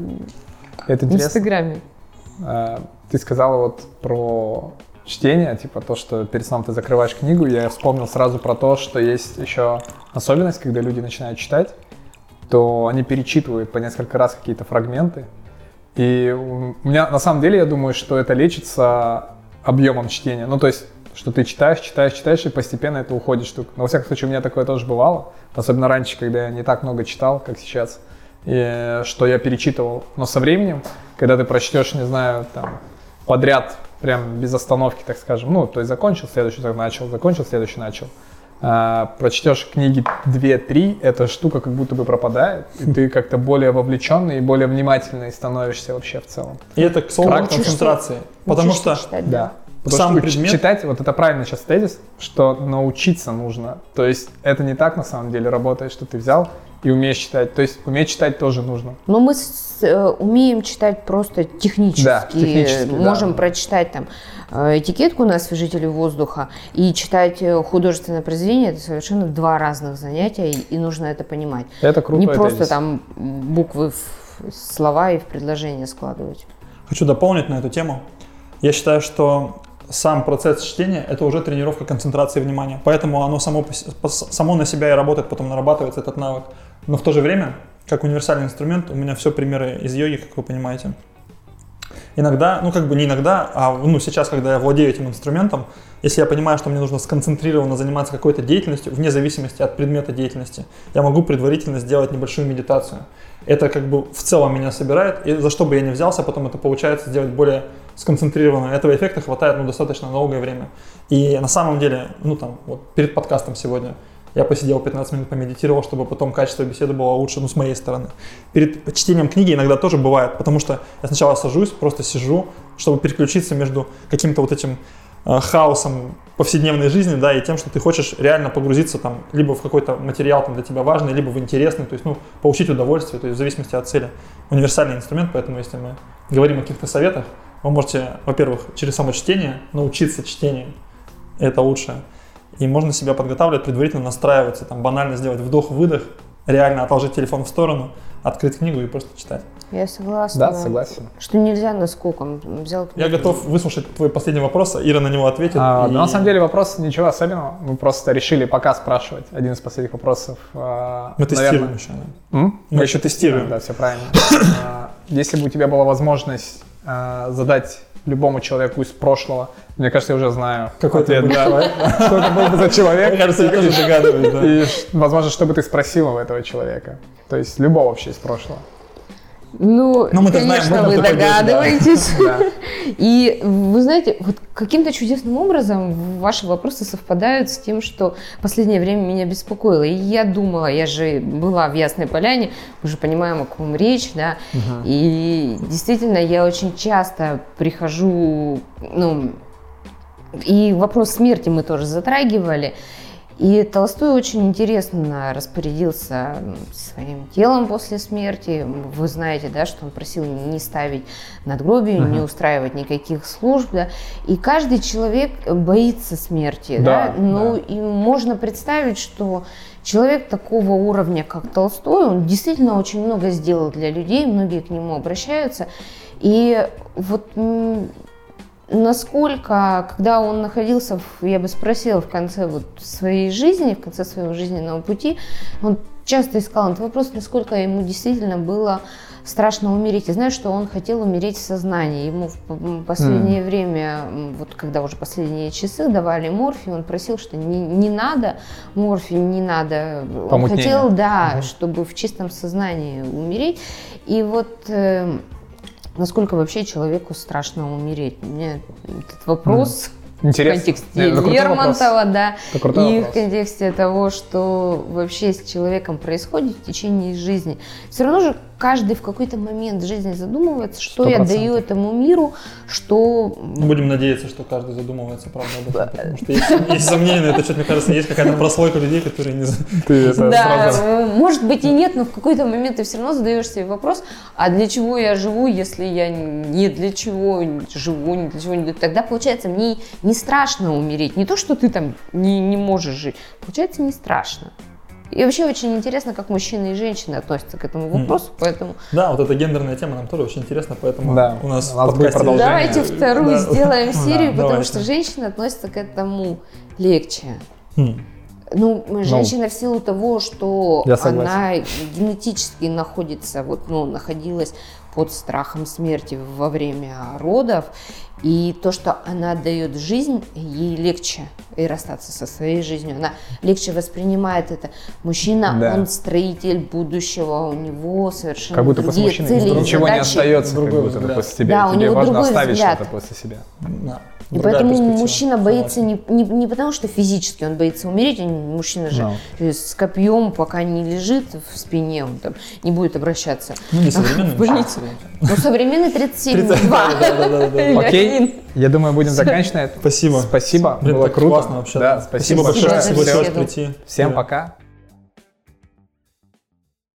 в Инстаграме. Ты сказала вот про чтение, типа то, что перед сном ты закрываешь книгу. Я вспомнил сразу про то, что есть еще особенность, когда люди начинают читать, то они перечитывают по несколько раз какие-то фрагменты. И у меня, на самом деле, я думаю, что это лечится объемом чтения. Ну, то есть, что ты читаешь, читаешь, читаешь, и постепенно это уходит штука. Но, во всяком случае, у меня такое тоже бывало. Особенно раньше, когда я не так много читал, как сейчас. И что я перечитывал. Но со временем, когда ты прочтешь, не знаю, там, подряд, прям без остановки, так скажем, ну, то есть, закончил, следующий начал, закончил, следующий начал. А, прочтешь книги две-три, эта штука как будто бы пропадает, и ты как-то более вовлеченный и более внимательный становишься вообще в целом. И это к слову о концентрации. Потому что читать, да. Потому Сам что предмет... читать, вот это правильно сейчас тезис, что научиться нужно. То есть это не так на самом деле работает, что ты взял и умеешь читать. То есть уметь читать тоже нужно. Но мы с, э, умеем читать просто технически. Да, технически, можем да. прочитать там этикетку на освежителе воздуха и читать художественное произведение. Это совершенно два разных занятия, и, и нужно это понимать. Это круто. Не просто тезис. там буквы в слова и в предложения складывать. Хочу дополнить на эту тему. Я считаю, что сам процесс чтения – это уже тренировка концентрации внимания. Поэтому оно само, само на себя и работает, потом нарабатывается этот навык. Но в то же время, как универсальный инструмент, у меня все примеры из йоги, как вы понимаете. Иногда, ну как бы не иногда, а ну, сейчас, когда я владею этим инструментом, если я понимаю, что мне нужно сконцентрированно заниматься какой-то деятельностью, вне зависимости от предмета деятельности, я могу предварительно сделать небольшую медитацию. Это как бы в целом меня собирает, и за что бы я ни взялся, потом это получается сделать более сконцентрированно. Этого эффекта хватает ну, достаточно долгое время. И на самом деле, ну там, вот перед подкастом сегодня я посидел пятнадцать минут, помедитировал, чтобы потом качество беседы было лучше, ну, с моей стороны. Перед чтением книги иногда тоже бывает, потому что я сначала сажусь, просто сижу, чтобы переключиться между каким-то вот этим э, хаосом повседневной жизни, да, и тем, что ты хочешь реально погрузиться там либо в какой-то материал там, для тебя важный, либо в интересный, то есть, ну, получить удовольствие, то есть в зависимости от цели. Универсальный инструмент, поэтому если мы говорим о каких-то советах, вы можете, во-первых, через само чтение научиться чтению, это лучшее. И можно себя подготавливать, предварительно настраиваться, там банально сделать вдох-выдох, реально отложить телефон в сторону, открыть книгу и просто читать. Я согласна. Да, согласен. Что нельзя наскоком. Взял книгу. Я готов выслушать твой последний вопрос, Ира на него ответит. А, и... да, на самом деле вопрос ничего особенного. Мы просто решили пока спрашивать. Один из последних вопросов. А, Мы наверное... тестируем еще. Да. М? Мы, Мы еще тестируем, да, все правильно. А, если бы у тебя была возможность а, задать любому человеку из прошлого, мне кажется, я уже знаю какой ответ, ты да. Что это был бы за человек. Мне кажется, я тоже догадываюсь, да. И, возможно, что бы ты спросила у этого человека. То есть любого вообще из прошлого. Ну, Но мы-то конечно, знаем, вы догадываетесь. Да. И вы знаете, вот каким-то чудесным образом ваши вопросы совпадают с тем, что в последнее время меня беспокоило. И я думала, я же была в Ясной Поляне, мы же понимаем, о ком речь, да. Угу. И действительно, я очень часто прихожу, ну, и вопрос смерти мы тоже затрагивали. И Толстой очень интересно распорядился своим телом после смерти. Вы знаете, да, что он просил не ставить надгробие, uh-huh. не устраивать никаких служб. Да? И каждый человек боится смерти. Да, да? Ну, да. и можно представить, что человек такого уровня, как Толстой, он действительно очень много сделал для людей, многие к нему обращаются. И вот... насколько, когда он находился, в, я бы спросила, в конце вот своей жизни, в конце своего жизненного пути, он часто искал этот вопрос, насколько ему действительно было страшно умереть. Я знаю, что он хотел умереть в сознании. Ему в последнее mm. время, вот когда уже последние часы давали морфий, он просил, что не, не надо морфий, не надо. Он Помутнение. хотел, да, mm. чтобы в чистом сознании умереть. И вот э, насколько вообще человеку страшно умереть? Мне этот вопрос... Mm. Интересно. В контексте Лермонтова, да, и вопрос. В контексте того, что вообще с человеком происходит в течение жизни. Все равно же каждый в какой-то момент жизни задумывается, что я даю этому миру, что... Будем надеяться, что каждый задумывается, правда, об этом, потому что есть, есть сомнения на этот счет, мне кажется, есть какая-то прослойка людей, которые не... Ты это да, сразу... может быть и нет, но в какой-то момент ты все равно задаешь себе вопрос, а для чего я живу, если я не для чего живу, не для чего не... Тогда, получается, мне не страшно умереть, не то, что ты там не, не можешь жить, получается, не страшно. И вообще очень интересно, как мужчины и женщины относятся к этому вопросу, mm. поэтому... Да, вот эта гендерная тема нам тоже очень интересна, поэтому да. у нас, у нас в подкасте... продолжение. Давайте вторую да. сделаем серию, да, потому давайте. что женщины относятся к этому легче. Mm. Ну, женщина ну, в силу того, что она генетически находится, вот, ну, находилась под страхом смерти во время родов, и то, что она дает жизнь, ей легче и расстаться со своей жизнью, она легче воспринимает это. Мужчина, да. он строитель будущего, у него совершенно как будто другие после цели, ничего задачи. Не остается, как будто взгляд. после тебя, да, тебе важно оставить взгляд. что-то после себя. Да. И поэтому мужчина боится не, не, не потому, что физически он боится умереть, мужчина же no. с копьем, пока не лежит в спине, он там не будет обращаться. Ну, не современный мужчина. Ну, современный тридцать семь два. Окей, я думаю, будем заканчивать. Спасибо. Спасибо, было круто. Классно вообще. Да, спасибо большое, большое. большое прийти. Всем пока.